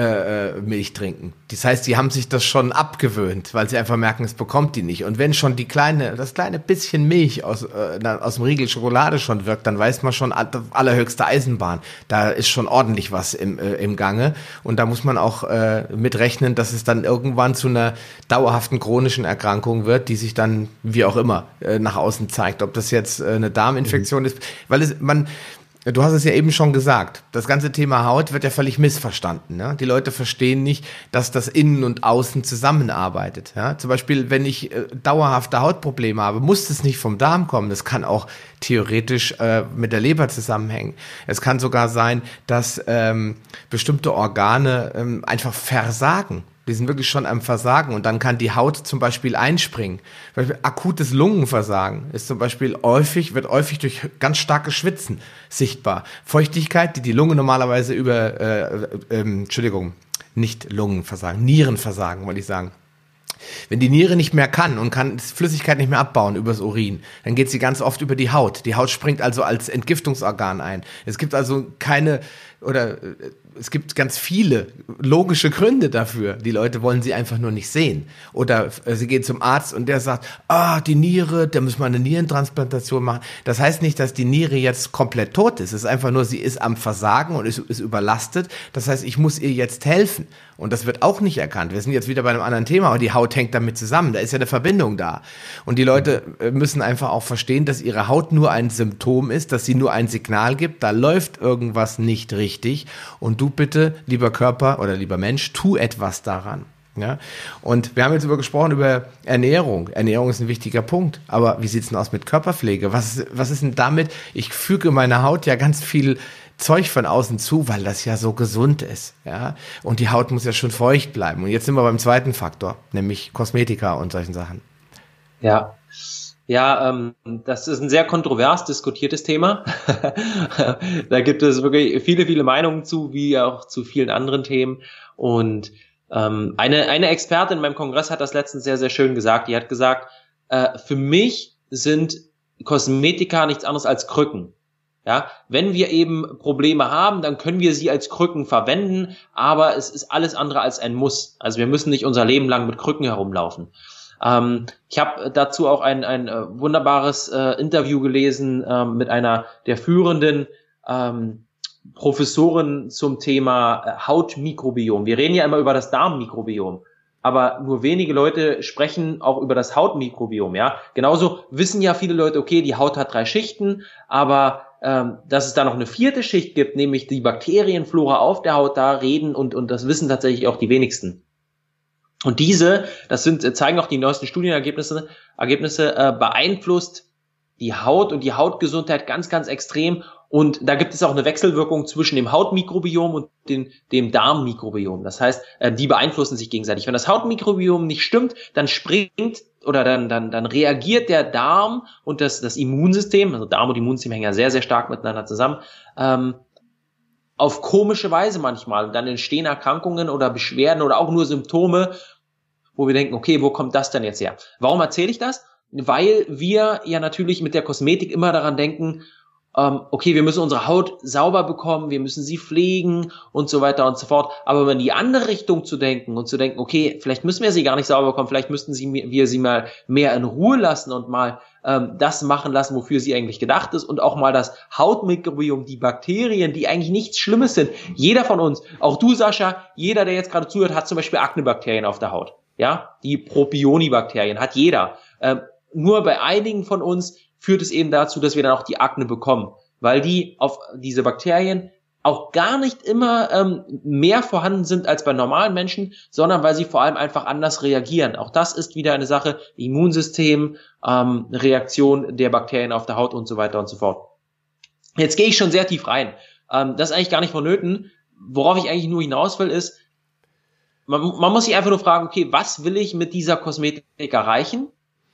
äh, Milch trinken. Das heißt, die haben sich das schon abgewöhnt, weil sie einfach merken, es bekommt die nicht. Und wenn schon die kleine, das kleine bisschen Milch aus, äh, aus dem Riegel Schokolade schon wirkt, dann weiß man schon, allerhöchste Eisenbahn. Da ist schon ordentlich was im, äh, im Gange. Und da muss man auch äh, mitrechnen, dass es dann irgendwann zu einer dauerhaften chronischen Erkrankung wird, die sich dann, wie auch immer, äh, nach außen zeigt. Ob das jetzt äh, eine Darminfektion mhm. ist, weil es, man, du hast es ja eben schon gesagt, das ganze Thema Haut wird ja völlig missverstanden. Ne? Die Leute verstehen nicht, dass das Innen und Außen zusammenarbeitet. Ja? Zum Beispiel, wenn ich äh, dauerhafte Hautprobleme habe, muss es nicht vom Darm kommen. Das kann auch theoretisch äh, mit der Leber zusammenhängen. Es kann sogar sein, dass ähm, bestimmte Organe ähm, einfach versagen. Die sind wirklich schon am Versagen und dann kann die Haut zum Beispiel einspringen. Zum Beispiel akutes Lungenversagen ist zum Beispiel häufig, wird häufig durch ganz starkes Schwitzen sichtbar. Feuchtigkeit, die die Lunge normalerweise über, äh, äh, Entschuldigung, nicht Lungenversagen, Nierenversagen, wollte ich sagen. Wenn die Niere nicht mehr kann und kann Flüssigkeit nicht mehr abbauen übers Urin, dann geht sie ganz oft über die Haut. Die Haut springt also als Entgiftungsorgan ein. Es gibt also keine, oder es gibt ganz viele logische Gründe dafür. Die Leute wollen sie einfach nur nicht sehen. Oder sie gehen zum Arzt und der sagt, ah, die Niere, da müssen wir eine Nierentransplantation machen. Das heißt nicht, dass die Niere jetzt komplett tot ist. Es ist einfach nur, sie ist am Versagen und ist, ist überlastet. Das heißt, ich muss ihr jetzt helfen. Und das wird auch nicht erkannt. Wir sind jetzt wieder bei einem anderen Thema, aber die Haut hängt damit zusammen. Da ist ja eine Verbindung da. Und die Leute müssen einfach auch verstehen, dass ihre Haut nur ein Symptom ist, dass sie nur ein Signal gibt. Da läuft irgendwas nicht richtig. Und du bitte, lieber Körper oder lieber Mensch, tu etwas daran. Ja? Und wir haben jetzt über gesprochen über Ernährung. Ernährung ist ein wichtiger Punkt. Aber wie sieht's denn aus mit Körperpflege? Was, was ist denn damit? Ich füge meiner Haut ja ganz viel Zeug von außen zu, weil das ja so gesund ist, ja. Und die Haut muss ja schon feucht bleiben. Und jetzt sind wir beim zweiten Faktor, nämlich Kosmetika und solchen Sachen. Ja, ja, ähm, das ist ein sehr kontrovers diskutiertes Thema. Da gibt es wirklich viele, viele Meinungen zu, wie auch zu vielen anderen Themen. Und ähm, eine eine Expertin in meinem Kongress hat das letztens sehr, sehr schön gesagt. Die hat gesagt, äh, für mich sind Kosmetika nichts anderes als Krücken. Ja, wenn wir eben Probleme haben, dann können wir sie als Krücken verwenden, aber es ist alles andere als ein Muss. Also wir müssen nicht unser Leben lang mit Krücken herumlaufen. Ähm, ich habe dazu auch ein, ein äh, wunderbares äh, Interview gelesen äh, mit einer der führenden ähm, Professoren zum Thema äh, Hautmikrobiom. Wir reden ja immer über das Darmmikrobiom. Aber nur wenige Leute sprechen auch über das Hautmikrobiom, ja. Genauso wissen ja viele Leute, okay, die Haut hat drei Schichten, aber ähm, dass es da noch eine vierte Schicht gibt, nämlich die Bakterienflora auf der Haut, da reden und und das wissen tatsächlich auch die wenigsten. Und diese, das sind zeigen auch die neuesten Studienergebnisse, Ergebnisse äh, beeinflusst die Haut und die Hautgesundheit ganz, ganz extrem. Und da gibt es auch eine Wechselwirkung zwischen dem Hautmikrobiom und dem, dem Darmmikrobiom. Das heißt, äh, die beeinflussen sich gegenseitig. Wenn das Hautmikrobiom nicht stimmt, dann springt oder dann dann dann reagiert der Darm und das das Immunsystem, also Darm und Immunsystem hängen ja sehr, sehr stark miteinander zusammen, ähm, auf komische Weise manchmal. Und dann entstehen Erkrankungen oder Beschwerden oder auch nur Symptome, wo wir denken, okay, wo kommt das denn jetzt her? Warum erzähle ich das? Weil wir ja natürlich mit der Kosmetik immer daran denken, ähm, okay, wir müssen unsere Haut sauber bekommen, wir müssen sie pflegen und so weiter und so fort. Aber wenn in die andere Richtung zu denken und zu denken, okay, vielleicht müssen wir sie gar nicht sauber bekommen, vielleicht müssten sie, wir sie mal mehr in Ruhe lassen und mal ähm, das machen lassen, wofür sie eigentlich gedacht ist und auch mal das Hautmikrobiom, die Bakterien, die eigentlich nichts Schlimmes sind. Jeder von uns, auch du, Sascha, jeder, der jetzt gerade zuhört, hat zum Beispiel Aknebakterien auf der Haut. Ja, die Propionibakterien hat jeder. Ähm, nur bei einigen von uns führt es eben dazu, dass wir dann auch die Akne bekommen, weil die auf diese Bakterien auch gar nicht immer ähm, mehr vorhanden sind als bei normalen Menschen, sondern weil sie vor allem einfach anders reagieren. Auch das ist wieder eine Sache, Immunsystem, ähm, Reaktion der Bakterien auf der Haut und so weiter und so fort. Jetzt gehe ich schon sehr tief rein. Ähm, das ist eigentlich gar nicht vonnöten. Worauf ich eigentlich nur hinaus will, ist, man, man muss sich einfach nur fragen, okay, was will ich mit dieser Kosmetik erreichen?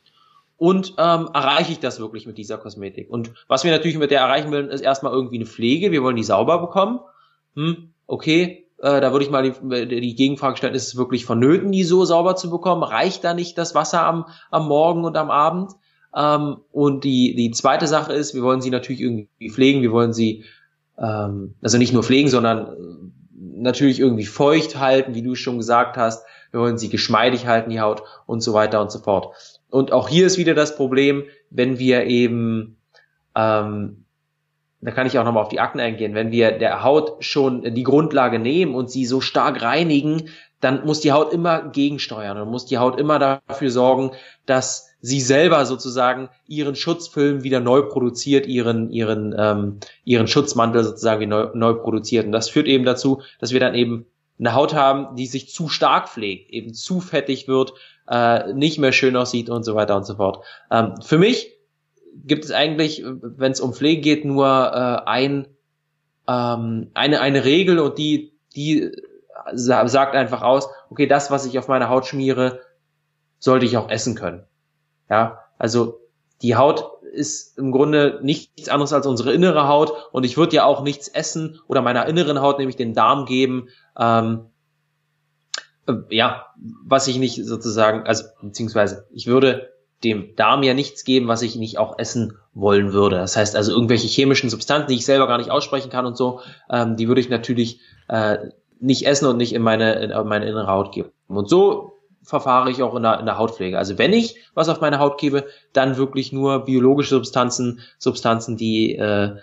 Und ähm, erreiche ich das wirklich mit dieser Kosmetik? Und was wir natürlich mit der erreichen wollen, ist erstmal irgendwie eine Pflege. Wir wollen die sauber bekommen. Hm, okay, Äh, da würde ich mal die, die Gegenfrage stellen, ist es wirklich vonnöten, die so sauber zu bekommen? Reicht da nicht das Wasser am, am Morgen und am Abend? Ähm, und die, die zweite Sache ist, wir wollen sie natürlich irgendwie pflegen, wir wollen sie, ähm, also nicht nur pflegen, sondern natürlich irgendwie feucht halten, wie du schon gesagt hast. Wir wollen sie geschmeidig halten, die Haut, und so weiter und so fort. Und auch hier ist wieder das Problem, wenn wir eben, ähm, da kann ich auch nochmal auf die Akten eingehen, wenn wir der Haut schon die Grundlage nehmen und sie so stark reinigen, dann muss die Haut immer gegensteuern und muss die Haut immer dafür sorgen, dass sie selber sozusagen ihren Schutzfilm wieder neu produziert, ihren ihren ähm, ihren Schutzmantel sozusagen wieder neu, neu produziert. Und das führt eben dazu, dass wir dann eben eine Haut haben, die sich zu stark pflegt, eben zu fettig wird, äh, nicht mehr schön aussieht und so weiter und so fort. Ähm, für mich gibt es eigentlich, wenn es um Pflege geht, nur äh, ein ähm, eine eine Regel, und die die sagt einfach aus, okay, das, was ich auf meine Haut schmiere, sollte ich auch essen können. Ja, also die Haut ist im Grunde nichts anderes als unsere innere Haut, und ich würde ja auch nichts essen oder meiner inneren Haut, nämlich den Darm, geben, ähm, äh, ja, was ich nicht sozusagen, also beziehungsweise ich würde dem Darm ja nichts geben, was ich nicht auch essen wollen würde. Das heißt also, irgendwelche chemischen Substanzen, die ich selber gar nicht aussprechen kann und so, ähm, die würde ich natürlich äh, nicht essen und nicht in meine, in meine innere Haut geben. Und so verfahre ich auch in der, in der Hautpflege. Also wenn ich was auf meine Haut gebe, dann wirklich nur biologische Substanzen, Substanzen, die äh,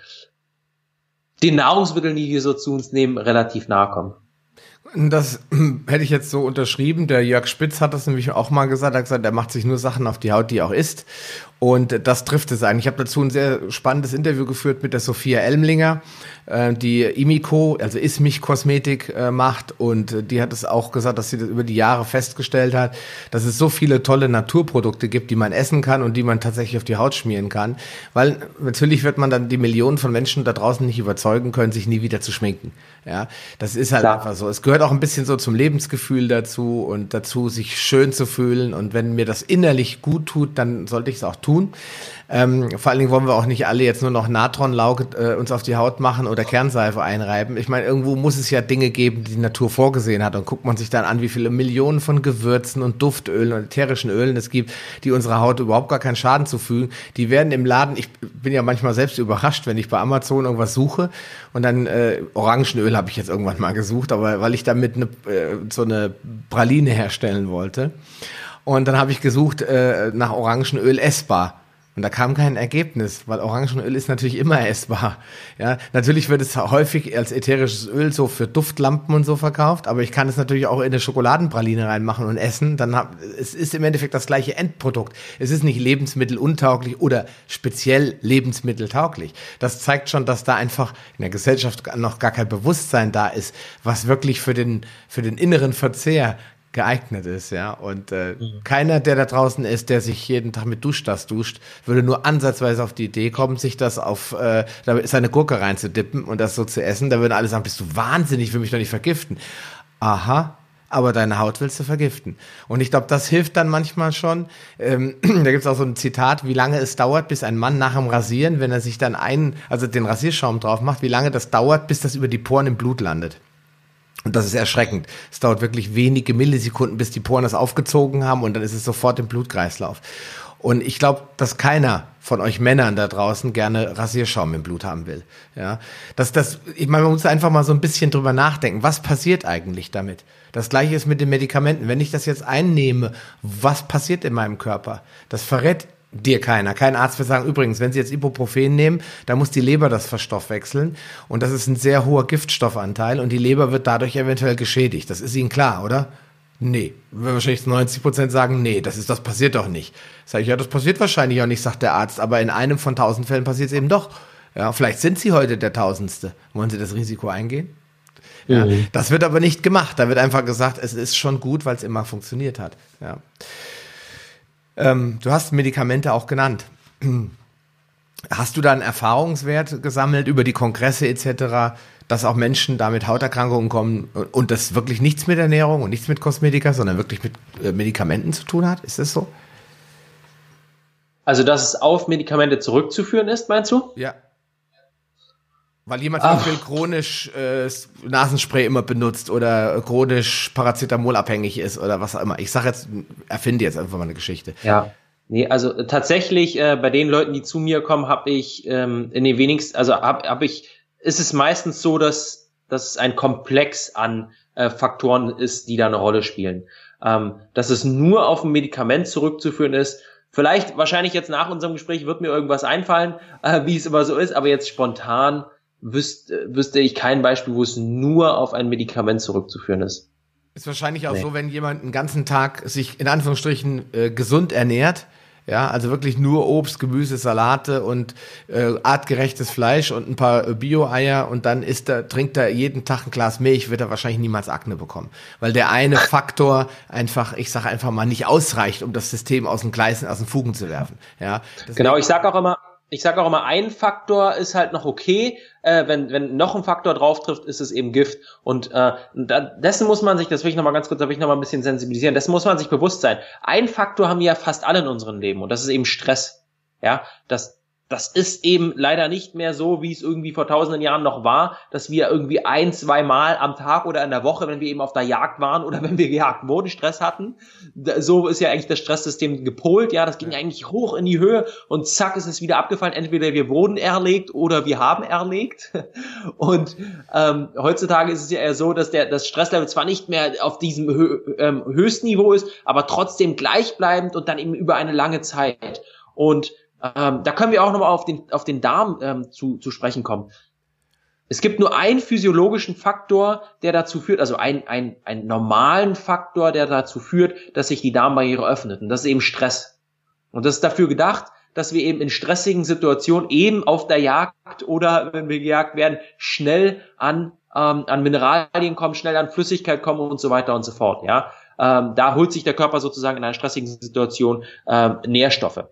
den Nahrungsmitteln, die wir so zu uns nehmen, relativ nahe kommen. Das hätte ich jetzt so unterschrieben. Der Jörg Spitz hat das nämlich auch mal gesagt. Er hat gesagt, er macht sich nur Sachen auf die Haut, die er auch isst. Und das trifft es eigentlich. Ich habe dazu ein sehr spannendes Interview geführt mit der Sophia Elmlinger, die Imico, also Ismich Kosmetik macht. Und die hat es auch gesagt, dass sie das über die Jahre festgestellt hat, dass es so viele tolle Naturprodukte gibt, die man essen kann und die man tatsächlich auf die Haut schmieren kann. Weil natürlich wird man dann die Millionen von Menschen da draußen nicht überzeugen können, sich nie wieder zu schminken. Ja, das ist halt Klar. einfach so. Es gehört auch ein bisschen so zum Lebensgefühl dazu und dazu, sich schön zu fühlen. Und wenn mir das innerlich gut tut, dann sollte ich es auch tun. Ähm, vor allen Dingen wollen wir auch nicht alle jetzt nur noch Natronlauge äh, uns auf die Haut machen oder Kernseife einreiben. Ich meine, irgendwo muss es ja Dinge geben, die die Natur vorgesehen hat. Und guckt man sich dann an, wie viele Millionen von Gewürzen und Duftölen und ätherischen Ölen es gibt, die unserer Haut überhaupt gar keinen Schaden zufügen. Die werden im Laden, ich bin ja manchmal selbst überrascht, wenn ich bei Amazon irgendwas suche und dann äh, Orangenöl habe ich jetzt irgendwann mal gesucht, aber weil ich damit eine, äh, so eine Praline herstellen wollte. Und dann habe ich gesucht äh, nach Orangenöl essbar. Und da kam kein Ergebnis, weil Orangenöl ist natürlich immer essbar. Ja, natürlich wird es häufig als ätherisches Öl so für Duftlampen und so verkauft, aber ich kann es natürlich auch in eine Schokoladenpraline reinmachen und essen. Dann hab, es ist im Endeffekt das gleiche Endprodukt. Es ist nicht lebensmitteluntauglich oder speziell lebensmitteltauglich. Das zeigt schon, dass da einfach in der Gesellschaft noch gar kein Bewusstsein da ist, was wirklich für den für den inneren Verzehr geeignet ist, ja, und äh, mhm. keiner, der da draußen ist, der sich jeden Tag mit Duschdas duscht, würde nur ansatzweise auf die Idee kommen, sich das auf äh, seine Gurke reinzudippen und das so zu essen. Da würden alle sagen, bist du wahnsinnig, ich will mich doch nicht vergiften. Aha, aber deine Haut willst du vergiften. Und ich glaube, das hilft dann manchmal schon. Ähm, da gibt es auch so ein Zitat, wie lange es dauert, bis ein Mann nach dem Rasieren, wenn er sich dann einen, also den Rasierschaum drauf macht, wie lange das dauert, bis das über die Poren im Blut landet. Und das ist erschreckend. Es dauert wirklich wenige Millisekunden, bis die Poren das aufgezogen haben und dann ist es sofort im Blutkreislauf. Und ich glaube, dass keiner von euch Männern da draußen gerne Rasierschaum im Blut haben will. Ja, dass das, ich meine, man muss einfach mal so ein bisschen drüber nachdenken. Was passiert eigentlich damit? Das Gleiche ist mit den Medikamenten. Wenn ich das jetzt einnehme, was passiert in meinem Körper? Das verrät dir keiner. Kein Arzt wird sagen, übrigens, wenn Sie jetzt Ibuprofen nehmen, dann muss die Leber das verstoffwechseln und das ist ein sehr hoher Giftstoffanteil und die Leber wird dadurch eventuell geschädigt. Das ist Ihnen klar, oder? Nee. Wahrscheinlich neunzig Prozent sagen, nee, das ist, das passiert doch nicht. Sag ich, ja, das passiert wahrscheinlich auch nicht, sagt der Arzt, aber in einem von tausend Fällen passiert es eben doch. Ja, vielleicht sind Sie heute der Tausendste. Wollen Sie das Risiko eingehen? Ja, mhm. Das wird aber nicht gemacht. Da wird einfach gesagt, es ist schon gut, weil es immer funktioniert hat. Ja. Ähm, du hast Medikamente auch genannt. Hast du da einen Erfahrungswert gesammelt über die Kongresse et cetera, dass auch Menschen da mit Hauterkrankungen kommen und das wirklich nichts mit Ernährung und nichts mit Kosmetika, sondern wirklich mit äh, Medikamenten zu tun hat? Ist das so? Also, dass es auf Medikamente zurückzuführen ist, meinst du? Ja. Weil jemand zum Beispiel chronisch äh, Nasenspray immer benutzt oder chronisch Paracetamol abhängig ist oder was auch immer. Ich sage jetzt, erfinde jetzt einfach mal eine Geschichte. Ja, nee, also äh, tatsächlich äh, bei den Leuten, die zu mir kommen, habe ich ähm, in den wenigsten, also habe hab ich, ist es meistens so, dass, dass es ein Komplex an äh, Faktoren ist, die da eine Rolle spielen. Ähm, dass es nur auf ein Medikament zurückzuführen ist. Vielleicht, wahrscheinlich jetzt nach unserem Gespräch wird mir irgendwas einfallen, äh, wie es immer so ist, aber jetzt spontan wüsste, wüsste ich kein Beispiel, wo es nur auf ein Medikament zurückzuführen ist. Ist wahrscheinlich auch Nee. so, wenn jemand einen ganzen Tag sich in Anführungsstrichen äh, gesund ernährt, ja, also wirklich nur Obst, Gemüse, Salate und äh, artgerechtes Fleisch und ein paar äh, Bio-Eier und dann isst er, trinkt er jeden Tag ein Glas Milch, wird er wahrscheinlich niemals Akne bekommen. Weil der eine Faktor einfach, ich sage einfach mal, nicht ausreicht, um das System aus den Gleisen, aus den Fugen zu werfen. Ja, genau, ich sag auch immer, ich sag auch immer, ein Faktor ist halt noch okay, äh, wenn wenn noch ein Faktor drauf trifft, ist es eben Gift. Und äh, da, dessen muss man sich, das will ich nochmal ganz kurz, da will ich nochmal ein bisschen sensibilisieren, dessen muss man sich bewusst sein. Ein Faktor haben wir ja fast alle in unserem Leben und das ist eben Stress. Ja, das das ist eben leider nicht mehr so, wie es irgendwie vor tausenden Jahren noch war, dass wir irgendwie ein, zwei Mal am Tag oder in der Woche, wenn wir eben auf der Jagd waren oder wenn wir gejagt wurden, Stress hatten. So ist ja eigentlich das Stresssystem gepolt. Ja, das ging eigentlich hoch in die Höhe und zack ist es wieder abgefallen. Entweder wir wurden erlegt oder wir haben erlegt. Und ähm, heutzutage ist es ja eher so, dass der das Stresslevel zwar nicht mehr auf diesem Hö ähm, Höchstniveau ist, aber trotzdem gleichbleibend und dann eben über eine lange Zeit. Und Ähm, da können wir auch nochmal auf den, auf den Darm ähm, zu, zu sprechen kommen. Es gibt nur einen physiologischen Faktor, der dazu führt, also ein, ein, einen normalen Faktor, der dazu führt, dass sich die Darmbarriere öffnet. Und das ist eben Stress. Und das ist dafür gedacht, dass wir eben in stressigen Situationen eben auf der Jagd oder wenn wir gejagt werden, schnell an, ähm, an Mineralien kommen, schnell an Flüssigkeit kommen und so weiter und so fort. Ja, ähm, da holt sich der Körper sozusagen in einer stressigen Situation ähm, Nährstoffe.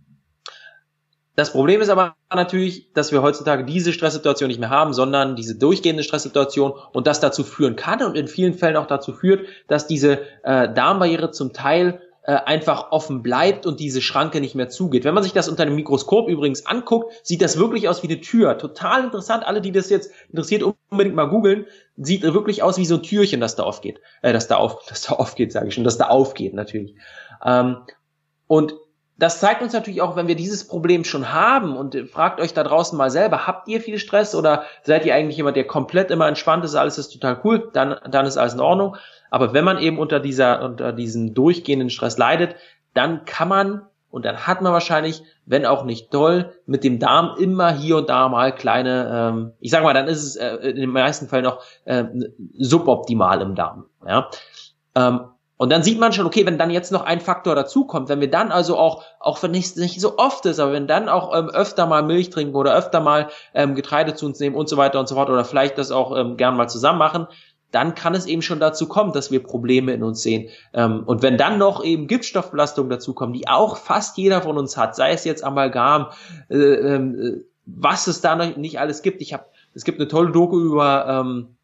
Das Problem ist aber natürlich, dass wir heutzutage diese Stresssituation nicht mehr haben, sondern diese durchgehende Stresssituation und das dazu führen kann und in vielen Fällen auch dazu führt, dass diese äh, Darmbarriere zum Teil äh, einfach offen bleibt und diese Schranke nicht mehr zugeht. Wenn man sich das unter einem Mikroskop übrigens anguckt, sieht das wirklich aus wie eine Tür. Total interessant. Alle, die das jetzt interessiert, unbedingt mal googeln. Sieht wirklich aus wie so ein Türchen, das da aufgeht. Äh, das da auf, das da aufgeht, sage ich schon, das da aufgeht natürlich. Ähm, und das zeigt uns natürlich auch, wenn wir dieses Problem schon haben und fragt euch da draußen mal selber, habt ihr viel Stress oder seid ihr eigentlich jemand, der komplett immer entspannt ist, alles ist total cool, dann, dann ist alles in Ordnung. Aber wenn man eben unter dieser, unter diesem durchgehenden Stress leidet, dann kann man und dann hat man wahrscheinlich, wenn auch nicht doll, mit dem Darm immer hier und da mal kleine, ähm, ich sag mal, dann ist es äh, in den meisten Fällen noch äh, suboptimal im Darm. Ja. Ähm, Und dann sieht man schon, okay, wenn dann jetzt noch ein Faktor dazukommt, wenn wir dann also auch, auch wenn es nicht so oft ist, aber wenn dann auch ähm, öfter mal Milch trinken oder öfter mal ähm, Getreide zu uns nehmen und so weiter und so fort oder vielleicht das auch ähm, gern mal zusammen machen, dann kann es eben schon dazu kommen, dass wir Probleme in uns sehen. Ähm, und wenn dann noch eben Giftstoffbelastungen dazukommen, die auch fast jeder von uns hat, sei es jetzt Amalgam, äh, äh, was es da noch nicht alles gibt. Ich habe, es gibt eine tolle Doku über ähm,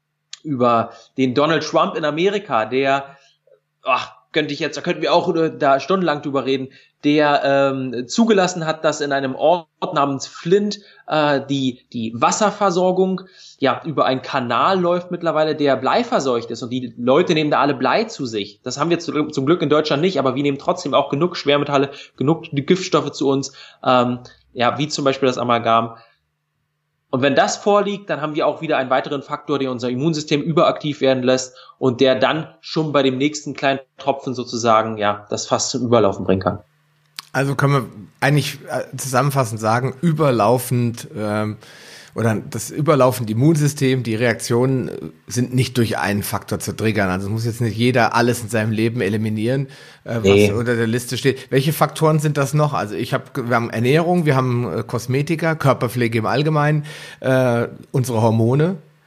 über den Donald Trump in Amerika, der ach, könnte ich jetzt, da könnten wir auch da stundenlang drüber reden, der ähm, zugelassen hat, dass in einem Ort namens Flint äh, die die Wasserversorgung ja über einen Kanal läuft mittlerweile, der bleiverseucht ist und die Leute nehmen da alle Blei zu sich. Das haben wir zu, zum Glück in Deutschland nicht, aber wir nehmen trotzdem auch genug Schwermetalle, genug Giftstoffe zu uns, ähm, ja, wie zum Beispiel das Amalgam. Und wenn das vorliegt, dann haben wir auch wieder einen weiteren Faktor, der unser Immunsystem überaktiv werden lässt und der dann schon bei dem nächsten kleinen Tropfen sozusagen, ja, das Fass zum Überlaufen bringen kann. Also können wir eigentlich zusammenfassend sagen, überlaufend ähm, oder das überlaufende Immunsystem, die Reaktionen sind nicht durch einen Faktor zu triggern. Also muss jetzt nicht jeder alles in seinem Leben eliminieren, äh, was nee. unter der Liste steht. Welche Faktoren sind das noch? Also ich habe, wir haben Ernährung, wir haben äh, Kosmetika, Körperpflege im Allgemeinen, äh, unsere Hormone.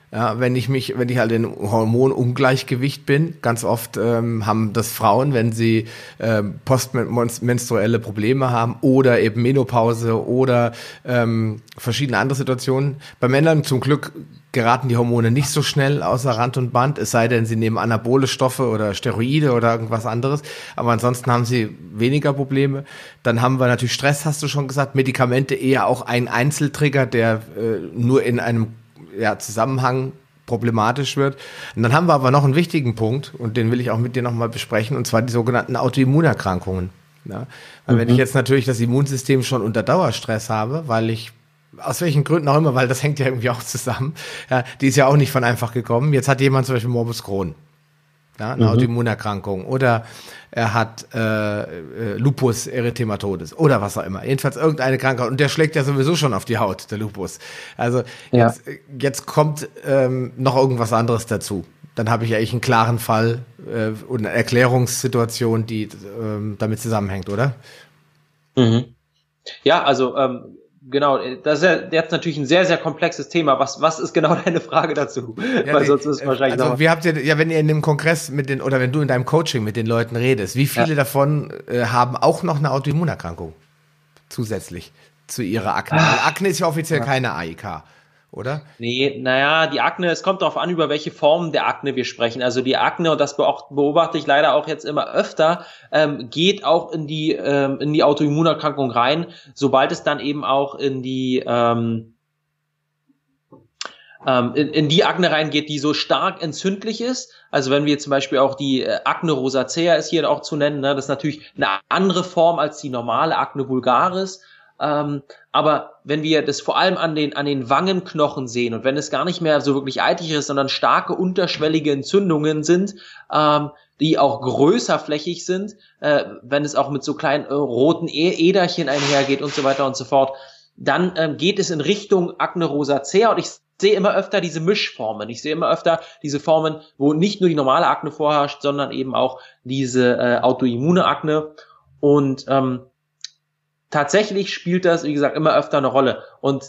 Ja, wenn ich mich, wenn ich halt in Hormonungleichgewicht bin, ganz oft ähm, haben das Frauen, wenn sie ähm, postmenstruelle Probleme haben oder eben Menopause oder ähm, verschiedene andere Situationen. Bei Männern zum Glück geraten die Hormone nicht so schnell außer Rand und Band, es sei denn, sie nehmen anabole Stoffe oder Steroide oder irgendwas anderes. Aber ansonsten haben sie weniger Probleme. Dann haben wir natürlich Stress, hast du schon gesagt, Medikamente eher auch ein Einzeltrigger, der äh, nur in einem ja, Zusammenhang problematisch wird. Und dann haben wir aber noch einen wichtigen Punkt, und den will ich auch mit dir nochmal besprechen, und zwar die sogenannten Autoimmunerkrankungen. Ja? Weil mhm. wenn ich jetzt natürlich das Immunsystem schon unter Dauerstress habe, weil ich aus welchen Gründen auch immer, weil das hängt ja irgendwie auch zusammen, ja, die ist ja auch nicht von einfach gekommen. Jetzt hat jemand zum Beispiel Morbus Crohn, ja, eine mhm. Autoimmunerkrankung, oder er hat äh, äh, Lupus erythematodes oder was auch immer. Jedenfalls irgendeine Krankheit. Und der schlägt ja sowieso schon auf die Haut, der Lupus. Also ja. jetzt, jetzt kommt ähm, noch irgendwas anderes dazu. Dann habe ich eigentlich einen klaren Fall äh, und eine Erklärungssituation, die ähm, damit zusammenhängt, oder? Mhm. Ja, also ähm, genau, das ist ja jetzt natürlich ein sehr, sehr komplexes Thema. Was, was ist genau deine Frage dazu? Ja, Weil sonst ist es wahrscheinlich also, wie habt ihr, ja, wenn ihr in dem Kongress mit den, oder wenn du in deinem Coaching mit den Leuten redest, wie viele ja. davon äh, haben auch noch eine Autoimmunerkrankung zusätzlich zu ihrer Akne? Weil Akne ist ja offiziell ja. keine A I K, oder? Nee, naja, die Akne, es kommt darauf an, über welche Formen der Akne wir sprechen. Also die Akne, und das beobachte ich leider auch jetzt immer öfter, ähm, geht auch in die ähm, in die Autoimmunerkrankung rein, sobald es dann eben auch in die ähm, ähm, in, in die Akne reingeht, die so stark entzündlich ist. Also wenn wir zum Beispiel auch die äh, Akne rosacea ist hier auch zu nennen, ne, das ist natürlich eine andere Form als die normale Akne vulgaris. Ähm, aber wenn wir das vor allem an den an den Wangenknochen sehen und wenn es gar nicht mehr so wirklich eitrig ist, sondern starke unterschwellige Entzündungen sind, ähm, die auch größerflächig sind, äh, wenn es auch mit so kleinen äh, roten e Äderchen einhergeht und so weiter und so fort, dann ähm, geht es in Richtung Akne rosacea, und ich sehe immer öfter diese Mischformen. Ich sehe immer öfter diese Formen, wo nicht nur die normale Akne vorherrscht, sondern eben auch diese äh, autoimmune Akne. Und ähm, tatsächlich spielt das, wie gesagt, immer öfter eine Rolle. Und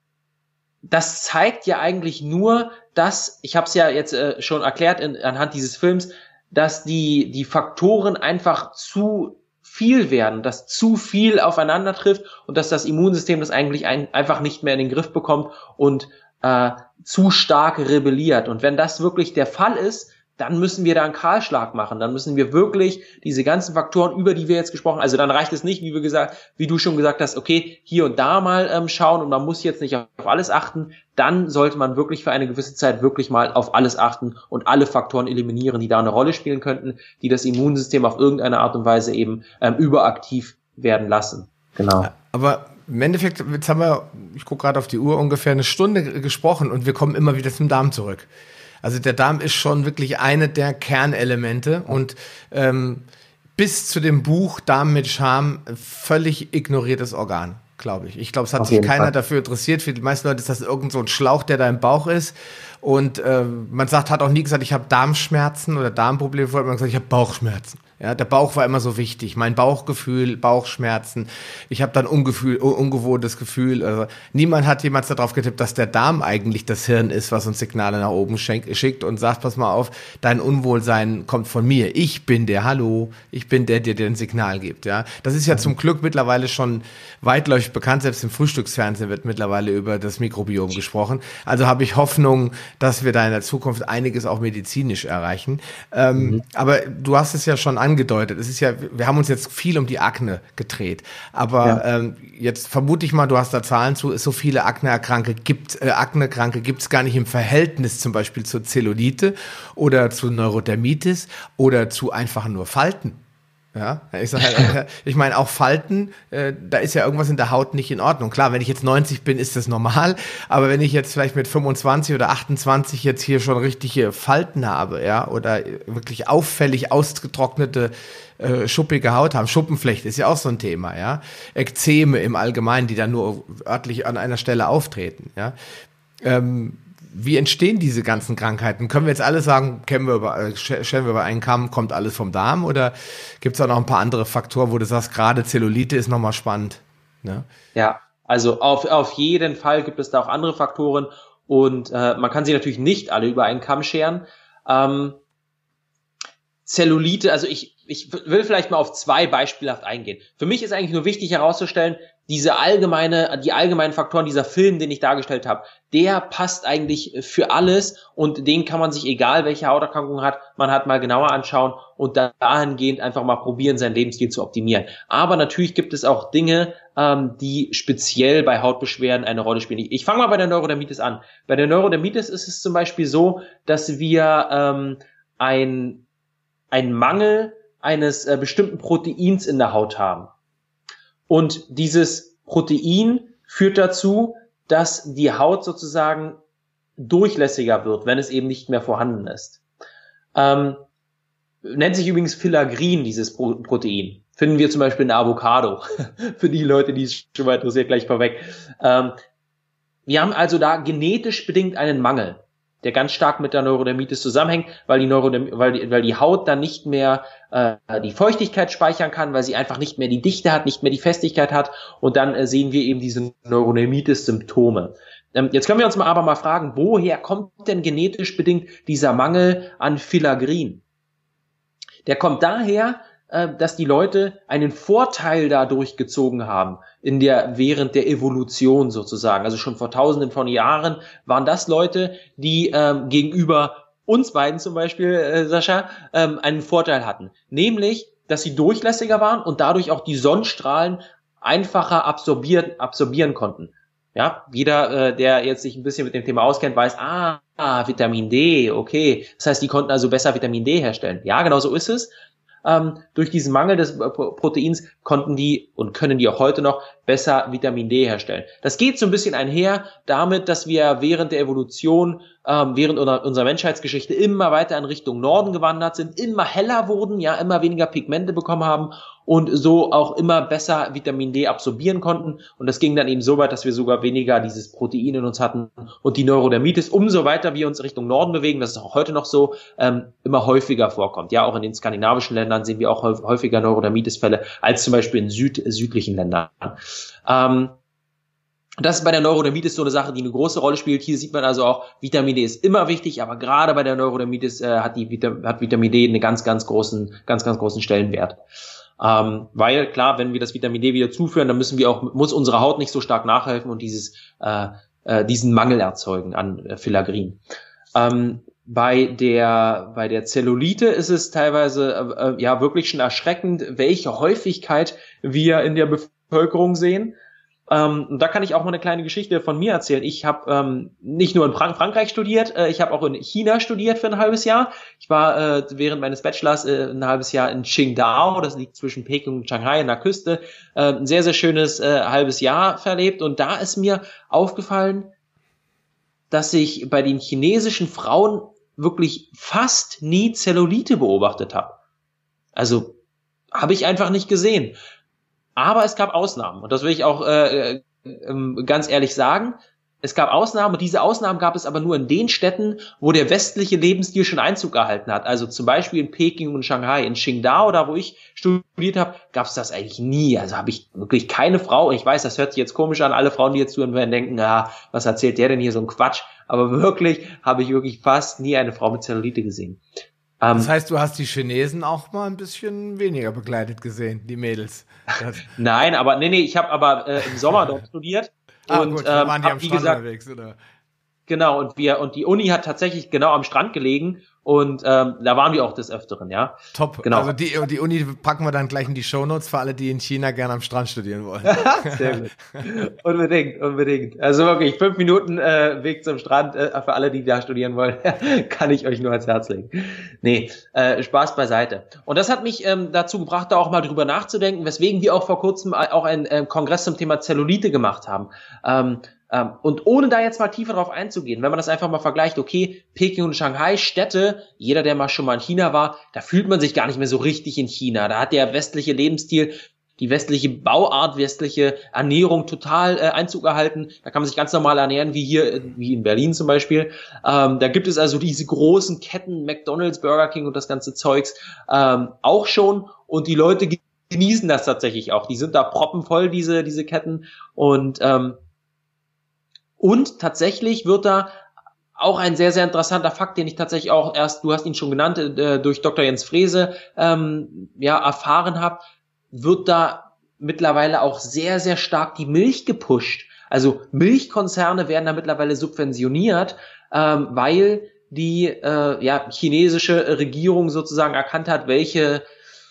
das zeigt ja eigentlich nur, dass, ich habe es ja jetzt äh, schon erklärt in, anhand dieses Films, dass die die Faktoren einfach zu viel werden, dass zu viel aufeinander trifft und dass das Immunsystem das eigentlich ein, einfach nicht mehr in den Griff bekommt und äh, zu stark rebelliert. Und wenn das wirklich der Fall ist, dann müssen wir da einen Kahlschlag machen. Dann müssen wir wirklich diese ganzen Faktoren, über die wir jetzt gesprochen haben, also dann reicht es nicht, wie wir gesagt, wie du schon gesagt hast, okay, hier und da mal ähm, schauen und man muss jetzt nicht auf, auf alles achten. Dann sollte man wirklich für eine gewisse Zeit wirklich mal auf alles achten und alle Faktoren eliminieren, die da eine Rolle spielen könnten, die das Immunsystem auf irgendeine Art und Weise eben ähm, überaktiv werden lassen. Genau. Aber im Endeffekt, jetzt haben wir, ich gucke gerade auf die Uhr, ungefähr eine Stunde gesprochen und wir kommen immer wieder zum Darm zurück. Also der Darm ist schon wirklich eine der Kernelemente und ähm, bis zu dem Buch Darm mit Charme völlig ignoriertes Organ, glaube ich. Ich glaube, es hat sich keiner Fall. dafür interessiert. Für die meisten Leute ist das irgend so ein Schlauch, der da im Bauch ist. Und äh, man sagt, hat auch nie gesagt, ich habe Darmschmerzen oder Darmprobleme. Vorher hat man gesagt, ich habe Bauchschmerzen. Ja, der Bauch war immer so wichtig. Mein Bauchgefühl, Bauchschmerzen. Ich habe dann ungefühl, ungewohntes Gefühl. Also niemand hat jemals darauf getippt, dass der Darm eigentlich das Hirn ist, was uns Signale nach oben schickt und sagt, pass mal auf, dein Unwohlsein kommt von mir. Ich bin der, hallo, ich bin der, der dir ein Signal gibt. Ja, das ist ja zum Glück mittlerweile schon weitläufig bekannt. Selbst im Frühstücksfernsehen wird mittlerweile über das Mikrobiom gesprochen. Also habe ich Hoffnung, dass wir da in der Zukunft einiges auch medizinisch erreichen. Ähm, mhm. Aber du hast es ja schon angedeutet. angedeutet. Es ist ja, wir haben uns jetzt viel um die Akne gedreht, aber ja. ähm, jetzt vermute ich mal, du hast da Zahlen zu, so viele Akne-Kranke gibt, äh, Akne-Kranke gibt es gar nicht im Verhältnis zum Beispiel zur Zellulite oder zu Neurodermitis oder zu einfach nur Falten. Ja, ich sag halt, ich meine auch Falten, äh, da ist ja irgendwas in der Haut nicht in Ordnung. Klar, wenn ich jetzt neunzig bin, ist das normal, aber wenn ich jetzt vielleicht mit fünfundzwanzig oder achtundzwanzig jetzt hier schon richtige Falten habe, ja, oder wirklich auffällig ausgetrocknete äh, schuppige Haut haben, Schuppenflechte ist ja auch so ein Thema, ja, Ekzeme im Allgemeinen, die dann nur örtlich an einer Stelle auftreten, ja. Ähm, Wie entstehen diese ganzen Krankheiten? Können wir jetzt alle sagen, kennen wir über, stellen wir über einen Kamm, kommt alles vom Darm? Oder gibt es da noch ein paar andere Faktoren, wo du sagst, gerade Zellulite ist nochmal spannend? Ne? Ja, also auf, auf jeden Fall gibt es da auch andere Faktoren. und äh, man kann sie natürlich nicht alle über einen Kamm scheren. Ähm, Zellulite, also ich, ich will vielleicht mal auf zwei beispielhaft eingehen. Für mich ist eigentlich nur wichtig herauszustellen, diese allgemeine, die allgemeinen Faktoren, dieser Film, den ich dargestellt habe, der passt eigentlich für alles und den kann man sich, egal welche Hauterkrankung hat, man hat mal genauer anschauen und dahingehend einfach mal probieren, seinen Lebensstil zu optimieren. Aber natürlich gibt es auch Dinge, ähm, die speziell bei Hautbeschwerden eine Rolle spielen. Ich, ich fange mal bei der Neurodermitis an. Bei der Neurodermitis ist es zum Beispiel so, dass wir ähm, ein, ein Mangel eines äh, bestimmten Proteins in der Haut haben. Und dieses Protein führt dazu, dass die Haut sozusagen durchlässiger wird, wenn es eben nicht mehr vorhanden ist. Ähm, nennt sich übrigens Filaggrin, dieses Pro- Protein. Finden wir zum Beispiel in der Avocado. Für die Leute, die es schon mal interessiert, gleich vorweg. Ähm, wir haben also da genetisch bedingt einen Mangel, der ganz stark mit der Neurodermitis zusammenhängt, weil die, Neuroderm- weil die, weil die Haut dann nicht mehr äh, die Feuchtigkeit speichern kann, weil sie einfach nicht mehr die Dichte hat, nicht mehr die Festigkeit hat und dann äh, sehen wir eben diese Neurodermitis-Symptome. Ähm, jetzt können wir uns mal aber mal fragen, woher kommt denn genetisch bedingt dieser Mangel an Filaggrin? Der kommt daher, äh, dass die Leute einen Vorteil dadurch gezogen haben, in der, während der Evolution sozusagen. Also schon vor tausenden von Jahren waren das Leute, die ähm, gegenüber uns beiden zum Beispiel, äh, Sascha, ähm, einen Vorteil hatten. Nämlich, dass sie durchlässiger waren und dadurch auch die Sonnenstrahlen einfacher absorbieren, absorbieren konnten. Ja, jeder, äh, der jetzt sich ein bisschen mit dem Thema auskennt, weiß, ah, ah, Vitamin D, okay. Das heißt, die konnten also besser Vitamin D herstellen. Ja, genau so ist es. Ähm, durch diesen Mangel des äh, Proteins konnten die und können die auch heute noch besser Vitamin D herstellen. Das geht so ein bisschen einher damit, dass wir während der Evolution, ähm, während unserer, unserer Menschheitsgeschichte immer weiter in Richtung Norden gewandert sind, immer heller wurden, ja, immer weniger Pigmente bekommen haben und so auch immer besser Vitamin D absorbieren konnten. Und das ging dann eben so weit, dass wir sogar weniger dieses Protein in uns hatten und die Neurodermitis, umso weiter wir uns Richtung Norden bewegen, das ist auch heute noch so, ähm, immer häufiger vorkommt. Ja, auch in den skandinavischen Ländern sehen wir auch häufiger Neurodermitis-Fälle als zum Beispiel in Süd, südlichen Ländern. Ähm, Das ist bei der Neurodermitis so eine Sache, die eine große Rolle spielt. Hier sieht man also auch, Vitamin D ist immer wichtig, aber gerade bei der Neurodermitis äh, hat, die Vita- hat Vitamin D einen ganz, ganz großen, ganz, ganz großen Stellenwert. Ähm, weil, klar, wenn wir das Vitamin D wieder zuführen, dann müssen wir auch, muss unsere Haut nicht so stark nachhelfen und dieses, äh, äh, diesen Mangel erzeugen an äh, Filaggrin. Ähm, bei der, bei der Zellulite ist es teilweise, äh, ja, wirklich schon erschreckend, welche Häufigkeit wir in der Bevölkerung sehen. Ähm, und da kann ich auch mal eine kleine Geschichte von mir erzählen. Ich habe ähm, nicht nur in Frank- Frankreich studiert, äh, ich habe auch in China studiert für ein halbes Jahr. Ich war äh, während meines Bachelors äh, ein halbes Jahr in Qingdao, das liegt zwischen Peking und Shanghai an der Küste, äh, ein sehr, sehr schönes äh, halbes Jahr verlebt. Und da ist mir aufgefallen, dass ich bei den chinesischen Frauen wirklich fast nie Zellulite beobachtet habe. Also habe ich einfach nicht gesehen. Aber es gab Ausnahmen und das will ich auch äh, äh, ganz ehrlich sagen. Es gab Ausnahmen und diese Ausnahmen gab es aber nur in den Städten, wo der westliche Lebensstil schon Einzug gehalten hat. Also zum Beispiel in Peking und Shanghai. In Qingdao, da wo ich studiert habe, gab es das eigentlich nie. Also habe ich wirklich keine Frau. Ich weiß, das hört sich jetzt komisch an. Alle Frauen, die jetzt zuhören, werden denken, ah, was erzählt der denn hier, so ein Quatsch. Aber wirklich habe ich wirklich fast nie eine Frau mit Zellulite gesehen. Das heißt, du hast die Chinesen auch mal ein bisschen weniger begleitet gesehen, die Mädels. Das Nein, aber nee, nee, ich habe aber äh, im Sommer dort studiert. ah, und gut, ähm, waren die hab, am wie Strand gesagt, unterwegs, oder? Genau, und wir und die Uni hat tatsächlich genau am Strand gelegen und ähm, da waren wir auch des Öfteren, ja. Top. Genau. Also die, die Uni packen wir dann gleich in die Shownotes für alle, die in China gerne am Strand studieren wollen. Sehr gut. Unbedingt, unbedingt. Also wirklich, fünf Minuten äh, Weg zum Strand äh, für alle, die da studieren wollen, kann ich euch nur ans Herz legen. Nee, äh, Spaß beiseite. Und das hat mich ähm, dazu gebracht, da auch mal drüber nachzudenken, weswegen wir auch vor kurzem auch einen äh, Kongress zum Thema Zellulite gemacht haben. Ähm, ähm, und ohne da jetzt mal tiefer drauf einzugehen, wenn man das einfach mal vergleicht, okay, Peking und Shanghai, Städte, jeder, der mal schon mal in China war, da fühlt man sich gar nicht mehr so richtig in China. Da hat der westliche Lebensstil, die westliche Bauart, westliche Ernährung total äh, Einzug erhalten. Da kann man sich ganz normal ernähren, wie hier, äh, wie in Berlin zum Beispiel. Ähm, da gibt es also diese großen Ketten, McDonald's, Burger King und das ganze Zeugs ähm, auch schon. Und die Leute genießen das tatsächlich auch. Die sind da proppenvoll, diese diese Ketten. Und ähm, und tatsächlich wird da auch ein sehr, sehr interessanter Fakt, den ich tatsächlich auch erst, du hast ihn schon genannt, äh, durch Doktor Jens Frese ähm, ja erfahren habe, wird da mittlerweile auch sehr, sehr stark die Milch gepusht. Also Milchkonzerne werden da mittlerweile subventioniert, ähm, weil die äh, ja chinesische Regierung sozusagen erkannt hat, welche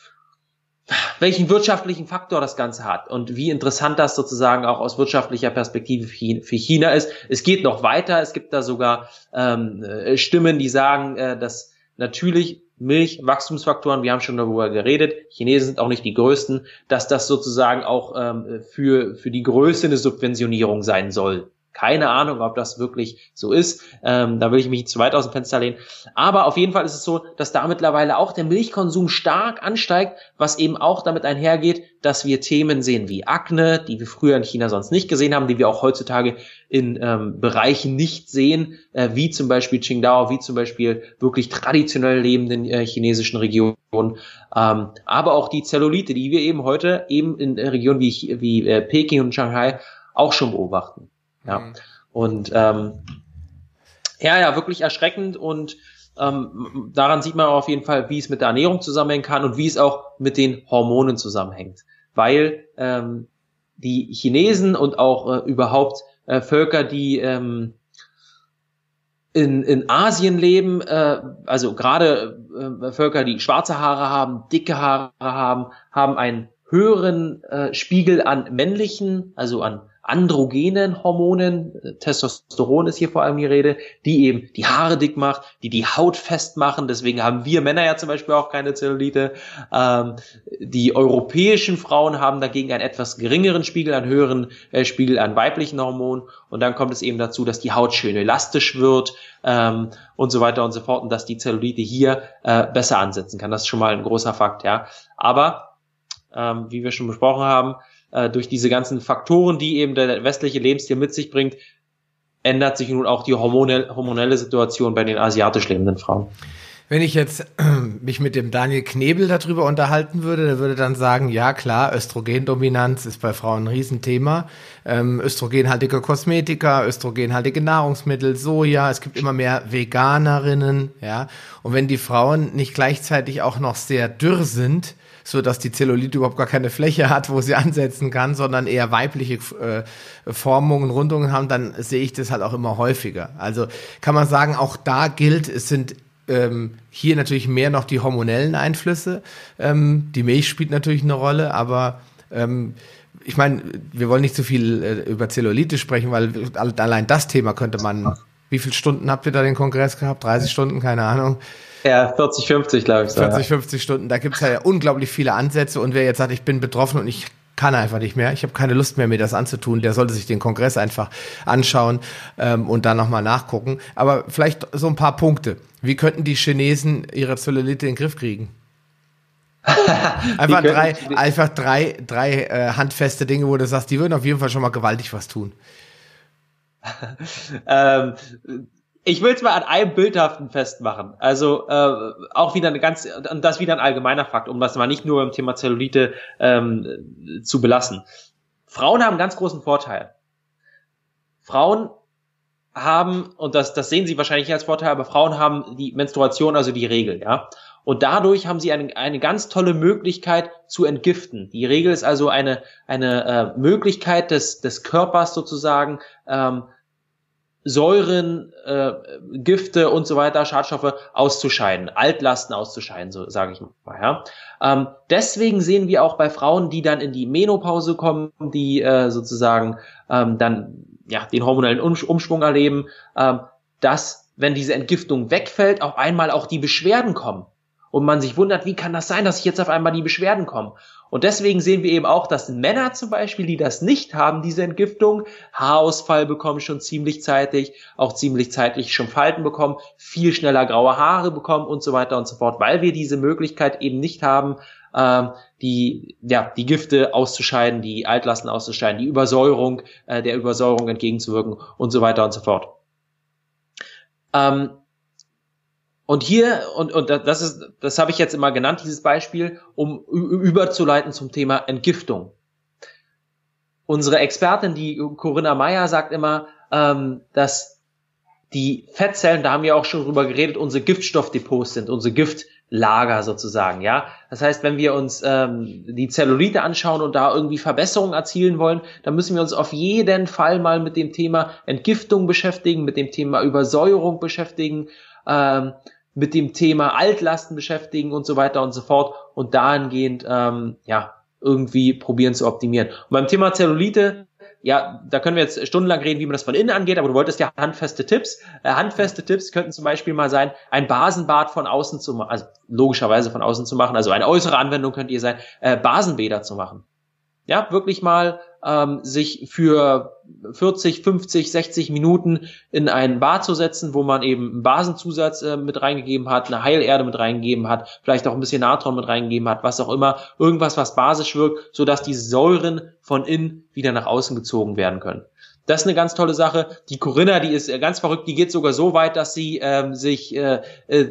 welchen wirtschaftlichen Faktor das Ganze hat und wie interessant das sozusagen auch aus wirtschaftlicher Perspektive für China ist. Es geht noch weiter. Es gibt da sogar ähm, Stimmen, die sagen, äh, dass natürlich Milch, Wachstumsfaktoren, wir haben schon darüber geredet, Chinesen sind auch nicht die größten, dass das sozusagen auch ähm, für für die Größe eine Subventionierung sein soll. Keine Ahnung, ob das wirklich so ist. Ähm, da will ich mich nicht zu weit aus dem Fenster lehnen. Aber auf jeden Fall ist es so, dass da mittlerweile auch der Milchkonsum stark ansteigt, was eben auch damit einhergeht, dass wir Themen sehen wie Akne, die wir früher in China sonst nicht gesehen haben, die wir auch heutzutage in ähm, Bereichen nicht sehen, äh, wie zum Beispiel Qingdao, wie zum Beispiel wirklich traditionell lebenden äh, chinesischen Regionen. Ähm, aber auch die Zellulite, die wir eben heute eben in äh, Regionen wie, wie äh, Peking und Shanghai auch schon beobachten. Ja, mhm. und ähm, ja, ja, wirklich erschreckend und ähm, daran sieht man auf jeden Fall, wie es mit der Ernährung zusammenhängen kann und wie es auch mit den Hormonen zusammenhängt, weil ähm, die Chinesen und auch äh, überhaupt äh, Völker, die ähm, in in Asien leben, äh, also gerade äh, Völker, die schwarze Haare haben, dicke Haare haben, haben einen höheren äh, Spiegel an männlichen, also an androgenen Hormonen, Testosteron ist hier vor allem die Rede, die eben die Haare dick macht, die die Haut festmachen, deswegen haben wir Männer ja zum Beispiel auch keine Zellulite. Ähm, die europäischen Frauen haben dagegen einen etwas geringeren Spiegel, einen höheren äh, Spiegel an weiblichen Hormonen und dann kommt es eben dazu, dass die Haut schön elastisch wird ähm, und so weiter und so fort und dass die Zellulite hier äh, besser ansetzen kann. Das ist schon mal ein großer Fakt, ja. Aber, ähm, wie wir schon besprochen haben, durch diese ganzen Faktoren, die eben der westliche Lebensstil mit sich bringt, ändert sich nun auch die hormonelle, hormonelle Situation bei den asiatisch lebenden Frauen. Wenn ich jetzt mich mit dem Daniel Knebel darüber unterhalten würde, der würde dann sagen, ja klar, Östrogendominanz ist bei Frauen ein Riesenthema. Ähm, östrogenhaltige Kosmetika, östrogenhaltige Nahrungsmittel, Soja, es gibt immer mehr Veganerinnen, ja. Und wenn die Frauen nicht gleichzeitig auch noch sehr dürr sind, so dass die Zellulite überhaupt gar keine Fläche hat, wo sie ansetzen kann, sondern eher weibliche äh, Formungen, Rundungen haben, dann sehe ich das halt auch immer häufiger. Also kann man sagen, auch da gilt, es sind ähm, hier natürlich mehr noch die hormonellen Einflüsse. Ähm, die Milch spielt natürlich eine Rolle, aber ähm, ich meine, wir wollen nicht zu viel äh, über Zellulite sprechen, weil allein das Thema könnte man, wie viele Stunden habt ihr da den Kongress gehabt? dreißig Stunden, keine Ahnung. Ja, vierzig, fünfzig, glaube ich. So, vierzig, fünfzig Stunden, da gibt's ja unglaublich viele Ansätze und wer jetzt sagt, ich bin betroffen und ich kann einfach nicht mehr, ich habe keine Lust mehr, mir das anzutun, der sollte sich den Kongress einfach anschauen ähm, und dann nochmal nachgucken. Aber vielleicht so ein paar Punkte. Wie könnten die Chinesen ihre Zellulite in den Griff kriegen? einfach drei, einfach drei, drei äh, handfeste Dinge, wo du sagst, die würden auf jeden Fall schon mal gewaltig was tun. ähm Ich will es mal an einem Bildhaften festmachen. Also äh, auch wieder eine ganz, und das wieder ein allgemeiner Fakt, um das mal nicht nur im Thema Zellulite ähm, zu belassen. Frauen haben einen ganz großen Vorteil. Frauen haben, und das, das sehen Sie wahrscheinlich als Vorteil, aber Frauen haben die Menstruation, also die Regel, ja. Und dadurch haben sie eine, eine ganz tolle Möglichkeit zu entgiften. Die Regel ist also eine, eine äh, Möglichkeit des, des Körpers sozusagen, ähm, Säuren, äh, Gifte und so weiter, Schadstoffe auszuscheiden, Altlasten auszuscheiden, so sage ich mal. Ja. Ähm, deswegen sehen wir auch bei Frauen, die dann in die Menopause kommen, die äh, sozusagen ähm, dann ja den hormonellen Umschwung erleben, ähm, dass, wenn diese Entgiftung wegfällt, auf einmal auch die Beschwerden kommen. Und man sich wundert, wie kann das sein, dass jetzt auf einmal die Beschwerden kommen? Und deswegen sehen wir eben auch, dass Männer zum Beispiel, die das nicht haben, diese Entgiftung, Haarausfall bekommen schon ziemlich zeitig, auch ziemlich zeitig schon Falten bekommen, viel schneller graue Haare bekommen und so weiter und so fort, weil wir diese Möglichkeit eben nicht haben, ähm, die, ja, die Gifte auszuscheiden, die Altlasten auszuscheiden, die Übersäuerung, äh, der Übersäuerung entgegenzuwirken und so weiter und so fort. Ähm, Und hier, und, und das ist, das habe ich jetzt immer genannt, dieses Beispiel, um überzuleiten zum Thema Entgiftung. Unsere Expertin, die Corinna Meyer, sagt immer, ähm, dass die Fettzellen, da haben wir auch schon drüber geredet, unsere Giftstoffdepots sind, unsere Giftlager sozusagen, ja. Das heißt, wenn wir uns ähm, die Zellulite anschauen und da irgendwie Verbesserungen erzielen wollen, dann müssen wir uns auf jeden Fall mal mit dem Thema Entgiftung beschäftigen, mit dem Thema Übersäuerung beschäftigen, ähm, mit dem Thema Altlasten beschäftigen und so weiter und so fort und dahingehend, ähm, ja, irgendwie probieren zu optimieren. Und beim Thema Zellulite, ja, da können wir jetzt stundenlang reden, wie man das von innen angeht, aber du wolltest ja handfeste Tipps. Äh, handfeste Tipps könnten zum Beispiel mal sein, ein Basenbad von außen zu machen, also logischerweise von außen zu machen, also eine äußere Anwendung könnte ihr sein, äh, Basenbäder zu machen. Ja, wirklich mal ähm, sich für vierzig, fünfzig, sechzig Minuten in ein Bad zu setzen, wo man eben einen Basenzusatz äh, mit reingegeben hat, eine Heilerde mit reingegeben hat, vielleicht auch ein bisschen Natron mit reingegeben hat, was auch immer, irgendwas, was basisch wirkt, sodass die Säuren von innen wieder nach außen gezogen werden können. Das ist eine ganz tolle Sache. Die Corinna, die ist äh, ganz verrückt, die geht sogar so weit, dass sie ähm, sich äh, äh,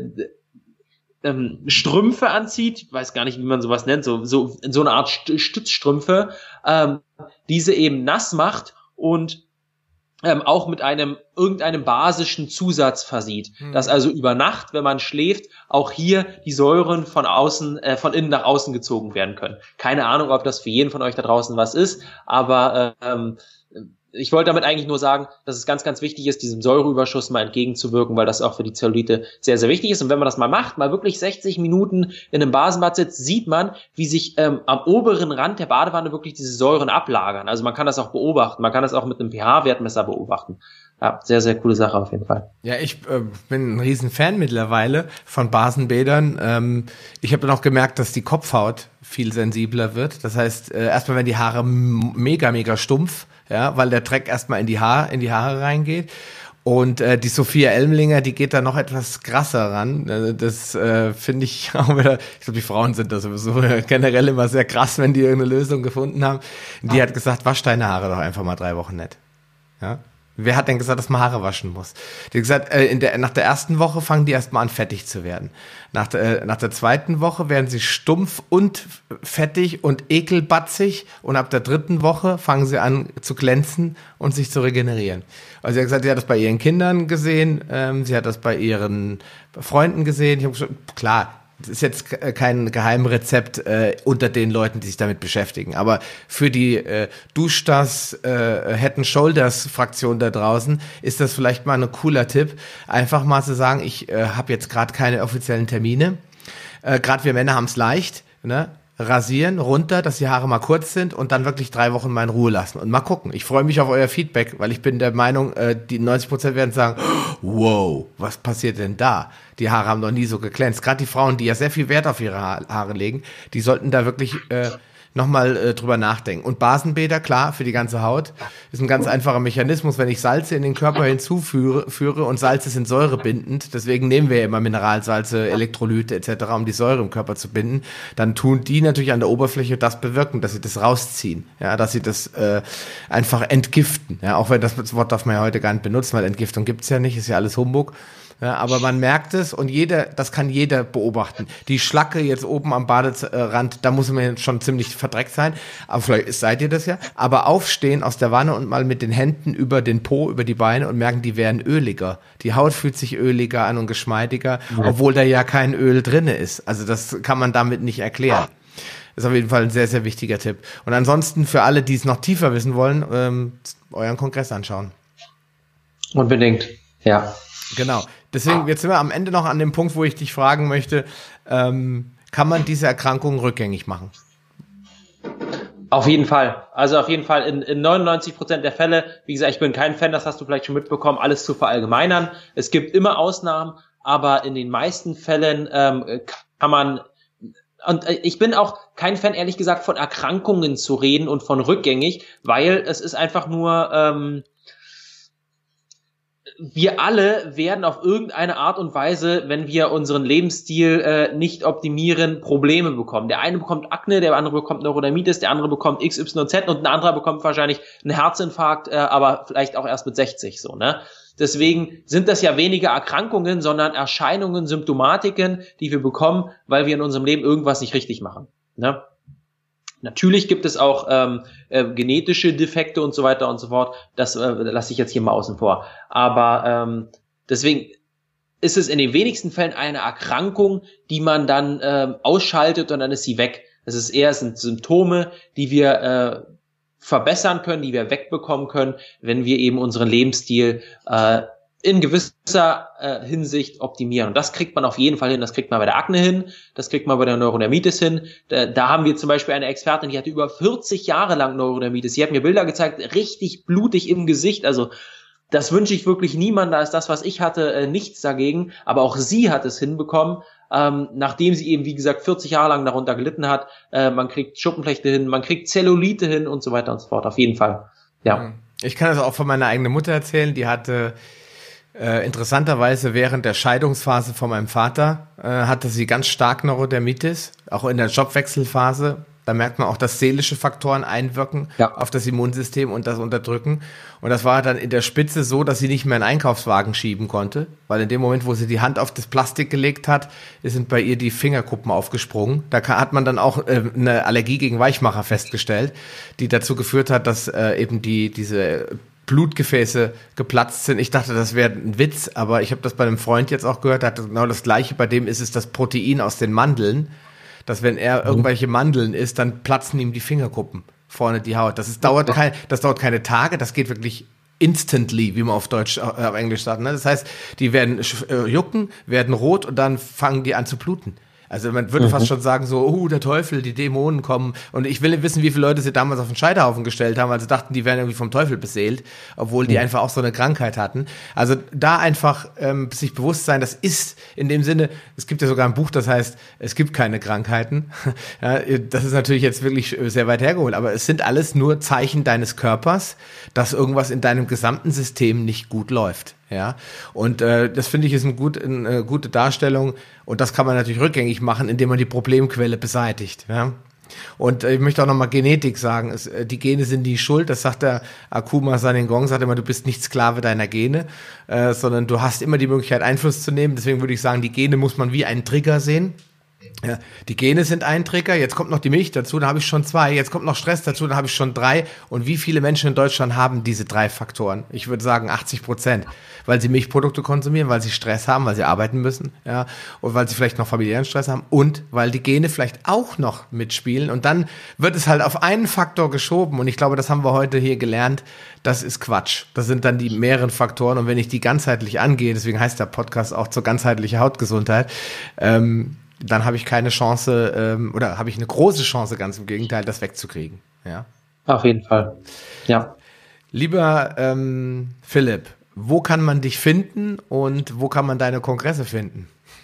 ähm, Strümpfe anzieht, ich weiß gar nicht, wie man sowas nennt, so so so eine Art Stützstrümpfe, ähm, diese eben nass macht und ähm, auch mit einem irgendeinem basischen Zusatz versieht, hm. dass also über Nacht, wenn man schläft, auch hier die Säuren von außen, äh, von innen nach außen gezogen werden können. Keine Ahnung, ob das für jeden von euch da draußen was ist, aber ähm, ich wollte damit eigentlich nur sagen, dass es ganz, ganz wichtig ist, diesem Säureüberschuss mal entgegenzuwirken, weil das auch für die Zellulite sehr, sehr wichtig ist. Und wenn man das mal macht, mal wirklich sechzig Minuten in einem Basenbad sitzt, sieht man, wie sich ähm, am oberen Rand der Badewanne wirklich diese Säuren ablagern. Also man kann das auch beobachten. Man kann das auch mit einem pH-Wertmesser beobachten. Ja, sehr, sehr coole Sache auf jeden Fall. Ja, ich äh, bin ein riesen Fan mittlerweile von Basenbädern. Ähm, ich habe dann auch gemerkt, dass die Kopfhaut viel sensibler wird. Das heißt, äh, erstmal werden die Haare m- mega, mega stumpf, ja, weil der Dreck erstmal in die Haar, in die Haare reingeht. Und äh, die Sophia Elmlinger, die geht da noch etwas krasser ran. Äh, das äh, finde ich auch wieder, ich glaube, die Frauen sind da sowieso generell immer sehr krass, wenn die irgendeine Lösung gefunden haben. Die hat gesagt, wasch deine Haare doch einfach mal drei Wochen nicht. Ja. Wer hat denn gesagt, dass man Haare waschen muss? Die hat gesagt, äh, in der, nach der ersten Woche fangen die erstmal an, fettig zu werden. Nach der, äh, nach der zweiten Woche werden sie stumpf und fettig und ekelbatzig. Und ab der dritten Woche fangen sie an zu glänzen und sich zu regenerieren. Also sie hat gesagt, sie hat das bei ihren Kindern gesehen, ähm, sie hat das bei ihren Freunden gesehen. Ich habe gesagt, klar, das ist jetzt kein Geheimrezept äh, unter den Leuten, die sich damit beschäftigen. Aber für die äh, Duschdas, äh, Head-and-Shoulders-Fraktion da draußen ist das vielleicht mal ein cooler Tipp. Einfach mal zu sagen, ich äh, habe jetzt gerade keine offiziellen Termine. Äh, gerade wir Männer haben es leicht, ne? Rasieren, runter, dass die Haare mal kurz sind und dann wirklich drei Wochen mal in Ruhe lassen und mal gucken. Ich freue mich auf euer Feedback, weil ich bin der Meinung, äh, die neunzig Prozent werden sagen, wow, was passiert denn da? Die Haare haben noch nie so geglänzt. Gerade die Frauen, die ja sehr viel Wert auf ihre ha- Haare legen, die sollten da wirklich äh, nochmal äh, drüber nachdenken. Und Basenbäder, klar, für die ganze Haut, ist ein ganz einfacher Mechanismus. Wenn ich Salze in den Körper hinzuführe führe und Salze sind säurebindend, deswegen nehmen wir ja immer Mineralsalze, Elektrolyte et cetera, um die Säure im Körper zu binden, dann tun die natürlich an der Oberfläche das bewirken, dass sie das rausziehen, ja, dass sie das äh, einfach entgiften. Ja, auch wenn das Wort darf man ja heute gar nicht benutzen, weil Entgiftung gibt's ja nicht, ist ja alles Humbug. Ja, aber man merkt es und jeder, das kann jeder beobachten. Die Schlacke jetzt oben am Baderand, da muss man schon ziemlich verdreckt sein, aber vielleicht seid ihr das ja. Aber aufstehen aus der Wanne und mal mit den Händen über den Po, über die Beine und merken, die werden öliger. Die Haut fühlt sich öliger an und geschmeidiger, ja, obwohl da ja kein Öl drinne ist. Also das kann man damit nicht erklären. Das ist auf jeden Fall ein sehr, sehr wichtiger Tipp. Und ansonsten für alle, die es noch tiefer wissen wollen, ähm, euren Kongress anschauen. Unbedingt, ja. Genau. Deswegen, jetzt sind wir am Ende noch an dem Punkt, wo ich dich fragen möchte, ähm, kann man diese Erkrankung rückgängig machen? Auf jeden Fall. Also auf jeden Fall in, in neunundneunzig Prozent der Fälle, wie gesagt, ich bin kein Fan, das hast du vielleicht schon mitbekommen, alles zu verallgemeinern. Es gibt immer Ausnahmen, aber in den meisten Fällen ähm, kann man, und ich bin auch kein Fan, ehrlich gesagt, von Erkrankungen zu reden und von rückgängig, weil es ist einfach nur... Ähm, wir alle werden auf irgendeine Art und Weise, wenn wir unseren Lebensstil äh, nicht optimieren, Probleme bekommen. Der eine bekommt Akne, der andere bekommt Neurodermitis, der andere bekommt X Y Z und ein anderer bekommt wahrscheinlich einen Herzinfarkt, äh, aber vielleicht auch erst mit sechzig so, ne? Deswegen sind das ja weniger Erkrankungen, sondern Erscheinungen, Symptomatiken, die wir bekommen, weil wir in unserem Leben irgendwas nicht richtig machen, ne? Natürlich gibt es auch ähm, äh, genetische Defekte und so weiter und so fort. Das äh, lasse ich jetzt hier mal außen vor. Aber ähm, deswegen ist es in den wenigsten Fällen eine Erkrankung, die man dann ähm, ausschaltet und dann ist sie weg. Es ist eher, es sind Symptome, die wir äh, verbessern können, die wir wegbekommen können, wenn wir eben unseren Lebensstil äh, in gewisser äh, Hinsicht optimieren. Und das kriegt man auf jeden Fall hin. Das kriegt man bei der Akne hin, das kriegt man bei der Neurodermitis hin. Da, da haben wir zum Beispiel eine Expertin, die hatte über vierzig Jahre lang Neurodermitis. Sie hat mir Bilder gezeigt, richtig blutig im Gesicht. Also das wünsche ich wirklich niemandem. Da ist das, was ich hatte, äh, nichts dagegen. Aber auch sie hat es hinbekommen, ähm, nachdem sie eben, wie gesagt, vierzig Jahre lang darunter gelitten hat. Äh, man kriegt Schuppenflechte hin, man kriegt Zellulite hin und so weiter und so fort. Auf jeden Fall. Ja. Ich kann das auch von meiner eigenen Mutter erzählen. Die hatte Äh, interessanterweise während der Scheidungsphase von meinem Vater äh, hatte sie ganz stark Neurodermitis, auch in der Jobwechselphase. Da merkt man auch, dass seelische Faktoren einwirken ja. auf das Immunsystem und das unterdrücken. Und das war dann in der Spitze so, dass sie nicht mehr einen Einkaufswagen schieben konnte, weil in dem Moment, wo sie die Hand auf das Plastik gelegt hat, sind bei ihr die Fingerkuppen aufgesprungen. Da hat man dann auch äh, eine Allergie gegen Weichmacher festgestellt, die dazu geführt hat, dass äh, eben die diese Blutgefäße geplatzt sind. Ich dachte, das wäre ein Witz, aber ich habe das bei einem Freund jetzt auch gehört, der hat genau das Gleiche. Bei dem ist es das Protein aus den Mandeln, dass wenn er irgendwelche Mandeln isst, dann platzen ihm die Fingerkuppen vorne die Haut. Das ist, dauert kein, das dauert keine Tage, das geht wirklich instantly, wie man auf Deutsch, äh, auf Englisch sagt. Ne? Das heißt, die werden äh, jucken, werden rot und dann fangen die an zu bluten. Also man würde mhm. fast schon sagen so, oh, der Teufel, die Dämonen kommen. Und ich will nicht wissen, wie viele Leute sie damals auf den Scheiterhaufen gestellt haben, weil sie dachten, die wären irgendwie vom Teufel beseelt, obwohl die mhm. einfach auch so eine Krankheit hatten. Also da einfach ähm, sich bewusst sein, das ist in dem Sinne, es gibt ja sogar ein Buch, das heißt, es gibt keine Krankheiten. Ja, das ist natürlich jetzt wirklich sehr weit hergeholt, aber es sind alles nur Zeichen deines Körpers, dass irgendwas in deinem gesamten System nicht gut läuft. Ja, und äh, das finde ich ist ein gut, eine gute Darstellung und das kann man natürlich rückgängig machen, indem man die Problemquelle beseitigt. Ja, und äh, ich möchte auch nochmal Genetik sagen, es, äh, die Gene sind die Schuld, das sagt der Akuma Saningong, sagt immer, du bist nicht Sklave deiner Gene, äh, sondern du hast immer die Möglichkeit Einfluss zu nehmen, deswegen würde ich sagen, die Gene muss man wie einen Trigger sehen. Ja, die Gene sind ein Trigger, jetzt kommt noch die Milch dazu, da habe ich schon zwei, jetzt kommt noch Stress dazu, da habe ich schon drei. Und wie viele Menschen in Deutschland haben diese drei Faktoren? Ich würde sagen achtzig Prozent, weil sie Milchprodukte konsumieren, weil sie Stress haben, weil sie arbeiten müssen, ja, und weil sie vielleicht noch familiären Stress haben und weil die Gene vielleicht auch noch mitspielen. Und dann wird es halt auf einen Faktor geschoben und ich glaube, das haben wir heute hier gelernt, das ist Quatsch. Das sind dann die mehreren Faktoren und wenn ich die ganzheitlich angehe, deswegen heißt der Podcast auch zur ganzheitlichen Hautgesundheit, ähm, dann habe ich keine Chance ähm, oder habe ich eine große Chance, ganz im Gegenteil, das wegzukriegen. Ja. Auf jeden Fall. Ja. Lieber ähm, Philipp, wo kann man dich finden und wo kann man deine Kongresse finden?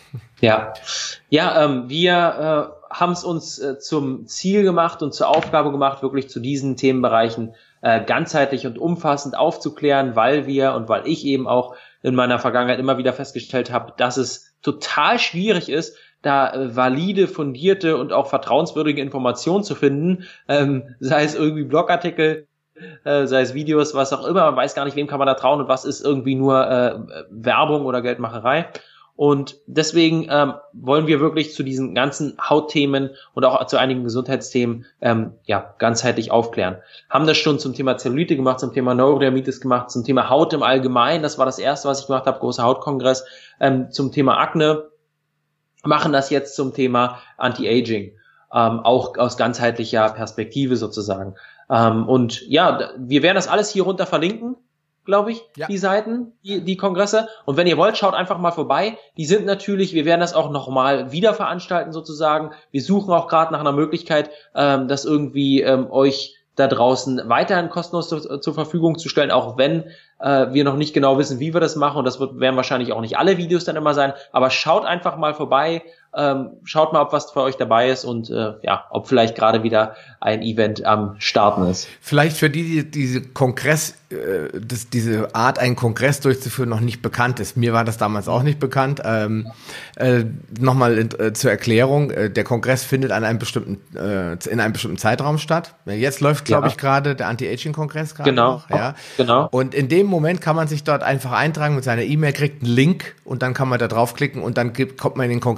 Ja, ja, ähm, wir äh, haben es uns äh, zum Ziel gemacht und zur Aufgabe gemacht, wirklich zu diesen Themenbereichen äh, ganzheitlich und umfassend aufzuklären, weil wir und weil ich eben auch in meiner Vergangenheit immer wieder festgestellt habe, dass es total schwierig ist, da äh, valide, fundierte und auch vertrauenswürdige Informationen zu finden, ähm, sei es irgendwie Blogartikel, äh, sei es Videos, was auch immer, man weiß gar nicht, wem kann man da trauen und was ist irgendwie nur äh, Werbung oder Geldmacherei. Und deswegen ähm, wollen wir wirklich zu diesen ganzen Hautthemen und auch zu einigen Gesundheitsthemen ähm, ja ganzheitlich aufklären. Haben das schon zum Thema Zellulite gemacht, zum Thema Neurodermitis gemacht, zum Thema Haut im Allgemeinen, das war das erste, was ich gemacht habe, großer Hautkongress, ähm, zum Thema Akne, machen das jetzt zum Thema Anti-Aging, ähm, auch aus ganzheitlicher Perspektive sozusagen. Ähm, und ja, wir werden das alles hier runter verlinken, glaube ich, ja. die Seiten, die, die Kongresse. Und wenn ihr wollt, schaut einfach mal vorbei. Die sind natürlich, wir werden das auch nochmal wieder veranstalten sozusagen. Wir suchen auch gerade nach einer Möglichkeit, ähm, das irgendwie ähm, euch da draußen weiterhin kostenlos zu, zur Verfügung zu stellen, auch wenn äh, wir noch nicht genau wissen, wie wir das machen. Und das wird, werden wahrscheinlich auch nicht alle Videos dann immer sein. Aber schaut einfach mal vorbei. Ähm, schaut mal, ob was für euch dabei ist und äh, ja, ob vielleicht gerade wieder ein Event am Starten ist. Vielleicht für die, die diese Kongress, äh, das, diese Art, einen Kongress durchzuführen, noch nicht bekannt ist. Mir war das damals auch nicht bekannt. Ähm, äh, Nochmal äh, zur Erklärung, äh, der Kongress findet an einem bestimmten, äh, in einem bestimmten Zeitraum statt. Jetzt läuft, glaube ja. ich, gerade der Anti-Aging-Kongress gerade genau. noch. Ja. genau. Und in dem Moment kann man sich dort einfach eintragen mit seiner E-Mail, kriegt einen Link und dann kann man da draufklicken und dann gibt, kommt man in den Kongressraum.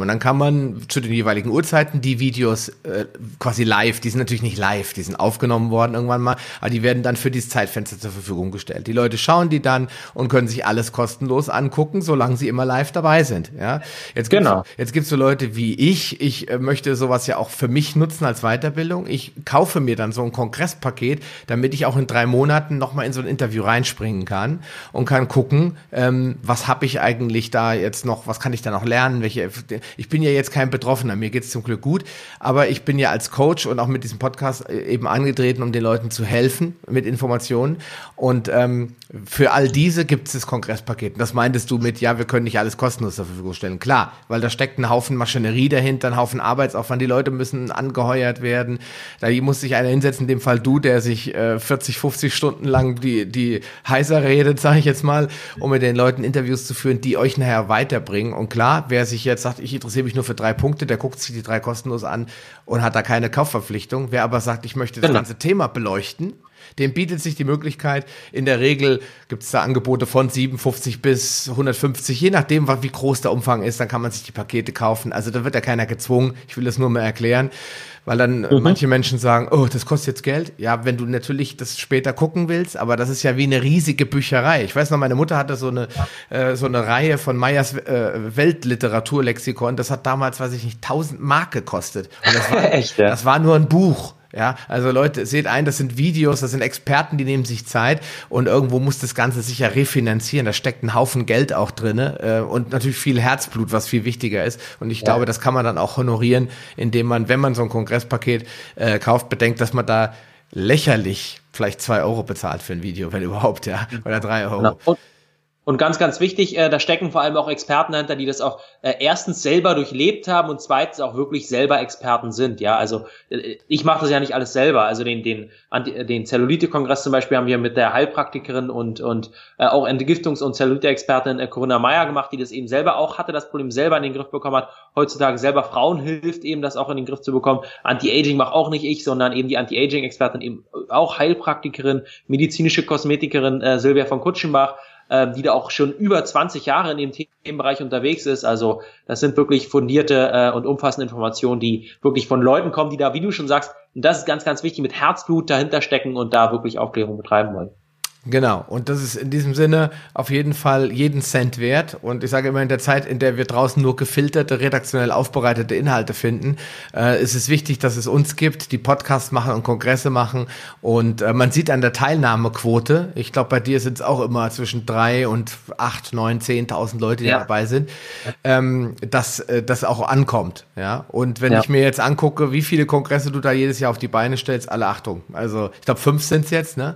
Und dann kann man zu den jeweiligen Uhrzeiten die Videos äh, quasi live, die sind natürlich nicht live, die sind aufgenommen worden irgendwann mal, aber die werden dann für dieses Zeitfenster zur Verfügung gestellt. Die Leute schauen die dann und können sich alles kostenlos angucken, solange sie immer live dabei sind. Ja, jetzt gibt's, genau. Jetzt gibt's so Leute wie ich. Ich äh, möchte sowas ja auch für mich nutzen als Weiterbildung. Ich kaufe mir dann so ein Kongresspaket, damit ich auch in drei Monaten nochmal in so ein Interview reinspringen kann und kann gucken, ähm, was habe ich eigentlich da jetzt noch, was kann ich da noch lernen, welche, ich bin ja jetzt kein Betroffener, mir geht's zum Glück gut, aber ich bin ja als Coach und auch mit diesem Podcast eben angetreten, um den Leuten zu helfen mit Informationen und ähm, für all diese gibt es das Kongresspaket. Und das meintest du mit, ja, wir können nicht alles kostenlos zur Verfügung stellen. Klar, weil da steckt ein Haufen Maschinerie dahinter, ein Haufen Arbeitsaufwand, die Leute müssen angeheuert werden, da muss sich einer hinsetzen, in dem Fall du, der sich äh, vierzig, fünfzig Stunden lang die, die heißer redet, sage ich jetzt mal, um mit den Leuten Interviews zu führen, die euch nachher weiterbringen. Und klar, wer sich jetzt sagt, ich interessiere mich nur für drei Punkte, der guckt sich die drei kostenlos an und hat da keine Kaufverpflichtung. Wer aber sagt, ich möchte das genau. ganze Thema beleuchten, dem bietet sich die Möglichkeit, in der Regel gibt es da Angebote von siebenundfünfzig bis hundertfünfzig, je nachdem, wie groß der Umfang ist, dann kann man sich die Pakete kaufen. Also da wird ja keiner gezwungen, ich will das nur mal erklären, weil dann mhm. manche Menschen sagen, oh, das kostet jetzt Geld. Ja, wenn du natürlich das später gucken willst, aber das ist ja wie eine riesige Bücherei. Ich weiß noch, meine Mutter hatte so eine äh, so eine Reihe von Meyers äh, Weltliteraturlexikon, das hat damals, weiß ich nicht, tausend Mark gekostet. Und das war, Echt, ja? das war nur ein Buch. Ja, also Leute, seht ein, das sind Videos, das sind Experten, die nehmen sich Zeit und irgendwo muss das Ganze sich ja refinanzieren. Da steckt ein Haufen Geld auch drin äh, und natürlich viel Herzblut, was viel wichtiger ist. Und ich ja. glaube, das kann man dann auch honorieren, indem man, wenn man so ein Kongresspaket äh, kauft, bedenkt, dass man da lächerlich vielleicht zwei Euro bezahlt für ein Video, wenn überhaupt, ja, oder drei Euro. Genau. Und Und ganz, ganz wichtig, äh, da stecken vor allem auch Experten dahinter, die das auch äh, erstens selber durchlebt haben und zweitens auch wirklich selber Experten sind. Ja, also äh, ich mache das ja nicht alles selber. Also den den den Zellulite-Kongress zum Beispiel haben wir mit der Heilpraktikerin und und äh, auch Entgiftungs- und Zellulite-Expertin äh, Corinna Meyer gemacht, die das eben selber auch hatte, das Problem selber in den Griff bekommen hat. Heutzutage selber Frauen hilft eben, das auch in den Griff zu bekommen. Anti-Aging mache auch nicht ich, sondern eben die Anti-Aging-Expertin, eben auch Heilpraktikerin, medizinische Kosmetikerin äh, Silvia von Kutschenbach, die da auch schon über zwanzig Jahre in dem Themenbereich unterwegs ist. Also das sind wirklich fundierte äh, und umfassende Informationen, die wirklich von Leuten kommen, die da, wie du schon sagst, und das ist ganz, ganz wichtig, mit Herzblut dahinter stecken und da wirklich Aufklärung betreiben wollen. Genau, und das ist in diesem Sinne auf jeden Fall jeden Cent wert. Und ich sage immer, in der Zeit, in der wir draußen nur gefilterte, redaktionell aufbereitete Inhalte finden, äh, ist es wichtig, dass es uns gibt, die Podcasts machen und Kongresse machen. Und äh, man sieht an der Teilnahmequote, ich glaube, bei dir sind es auch immer zwischen drei und acht, neun, zehntausend Leute, die ja. dabei sind, ähm, dass äh, das auch ankommt. Ja, und wenn ja. ich mir jetzt angucke, wie viele Kongresse du da jedes Jahr auf die Beine stellst, alle Achtung. Also ich glaube, fünf sind es jetzt, ne?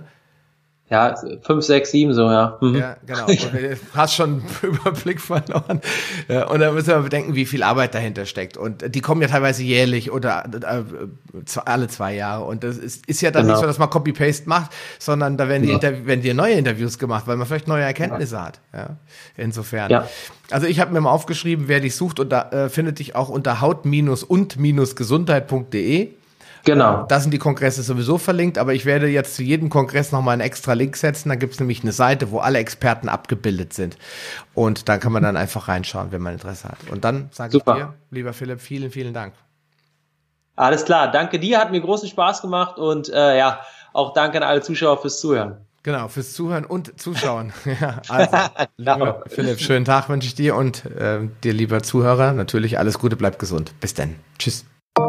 Ja, fünf, sechs, sieben so, ja. Mhm. Ja, genau. Und du hast schon einen Überblick verloren. Ja, und da müssen wir bedenken, wie viel Arbeit dahinter steckt. Und die kommen ja teilweise jährlich oder äh, alle zwei Jahre. Und das ist, ist ja dann genau. nicht so, dass man Copy-Paste macht, sondern da werden, ja. die Inter- werden dir neue Interviews gemacht, weil man vielleicht neue Erkenntnisse ja. hat. Ja, insofern. Ja. Also ich habe mir mal aufgeschrieben, wer dich sucht, und da äh, findet dich auch unter haut-und-gesundheit punkt de. Genau. Da sind die Kongresse sowieso verlinkt, aber ich werde jetzt zu jedem Kongress nochmal einen extra Link setzen. Da gibt es nämlich eine Seite, wo alle Experten abgebildet sind. Und da kann man dann einfach reinschauen, wenn man Interesse hat. Und dann sage ich dir, lieber Philipp, vielen, vielen Dank. Alles klar, danke dir, hat mir großen Spaß gemacht und äh, ja, auch danke an alle Zuschauer fürs Zuhören. Genau, fürs Zuhören und Zuschauen. Ja, also, lieber Philipp, schönen Tag wünsche ich dir und äh, dir, lieber Zuhörer, natürlich alles Gute, bleib gesund. Bis dann. Tschüss.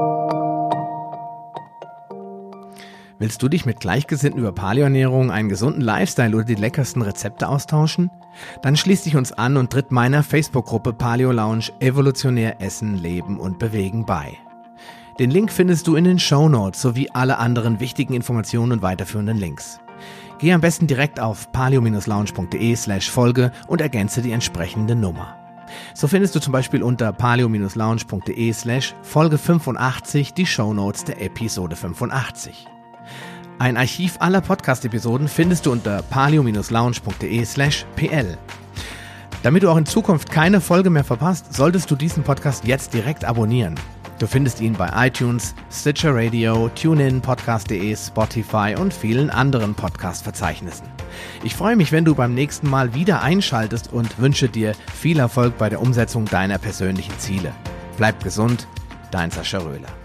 Willst du dich mit Gleichgesinnten über Paleoernährung, einen gesunden Lifestyle oder die leckersten Rezepte austauschen? Dann schließ dich uns an und tritt meiner Facebook-Gruppe Paleo Lounge Evolutionär Essen, Leben und Bewegen bei. Den Link findest du in den Shownotes sowie alle anderen wichtigen Informationen und weiterführenden Links. Geh am besten direkt auf paleo-lounge punkt de slash Folge und ergänze die entsprechende Nummer. So findest du zum Beispiel unter paleo-lounge punkt de slash Folge fünfundachtzig die Shownotes der Episode fünfundachtzig. Ein Archiv aller Podcast-Episoden findest du unter paleo-lounge punkt de slash pl. Damit du auch in Zukunft keine Folge mehr verpasst, solltest du diesen Podcast jetzt direkt abonnieren. Du findest ihn bei iTunes, Stitcher Radio, TuneIn, podcast punkt de, Spotify und vielen anderen Podcast-Verzeichnissen. Ich freue mich, wenn du beim nächsten Mal wieder einschaltest und wünsche dir viel Erfolg bei der Umsetzung deiner persönlichen Ziele. Bleibt gesund, dein Sascha Röhler.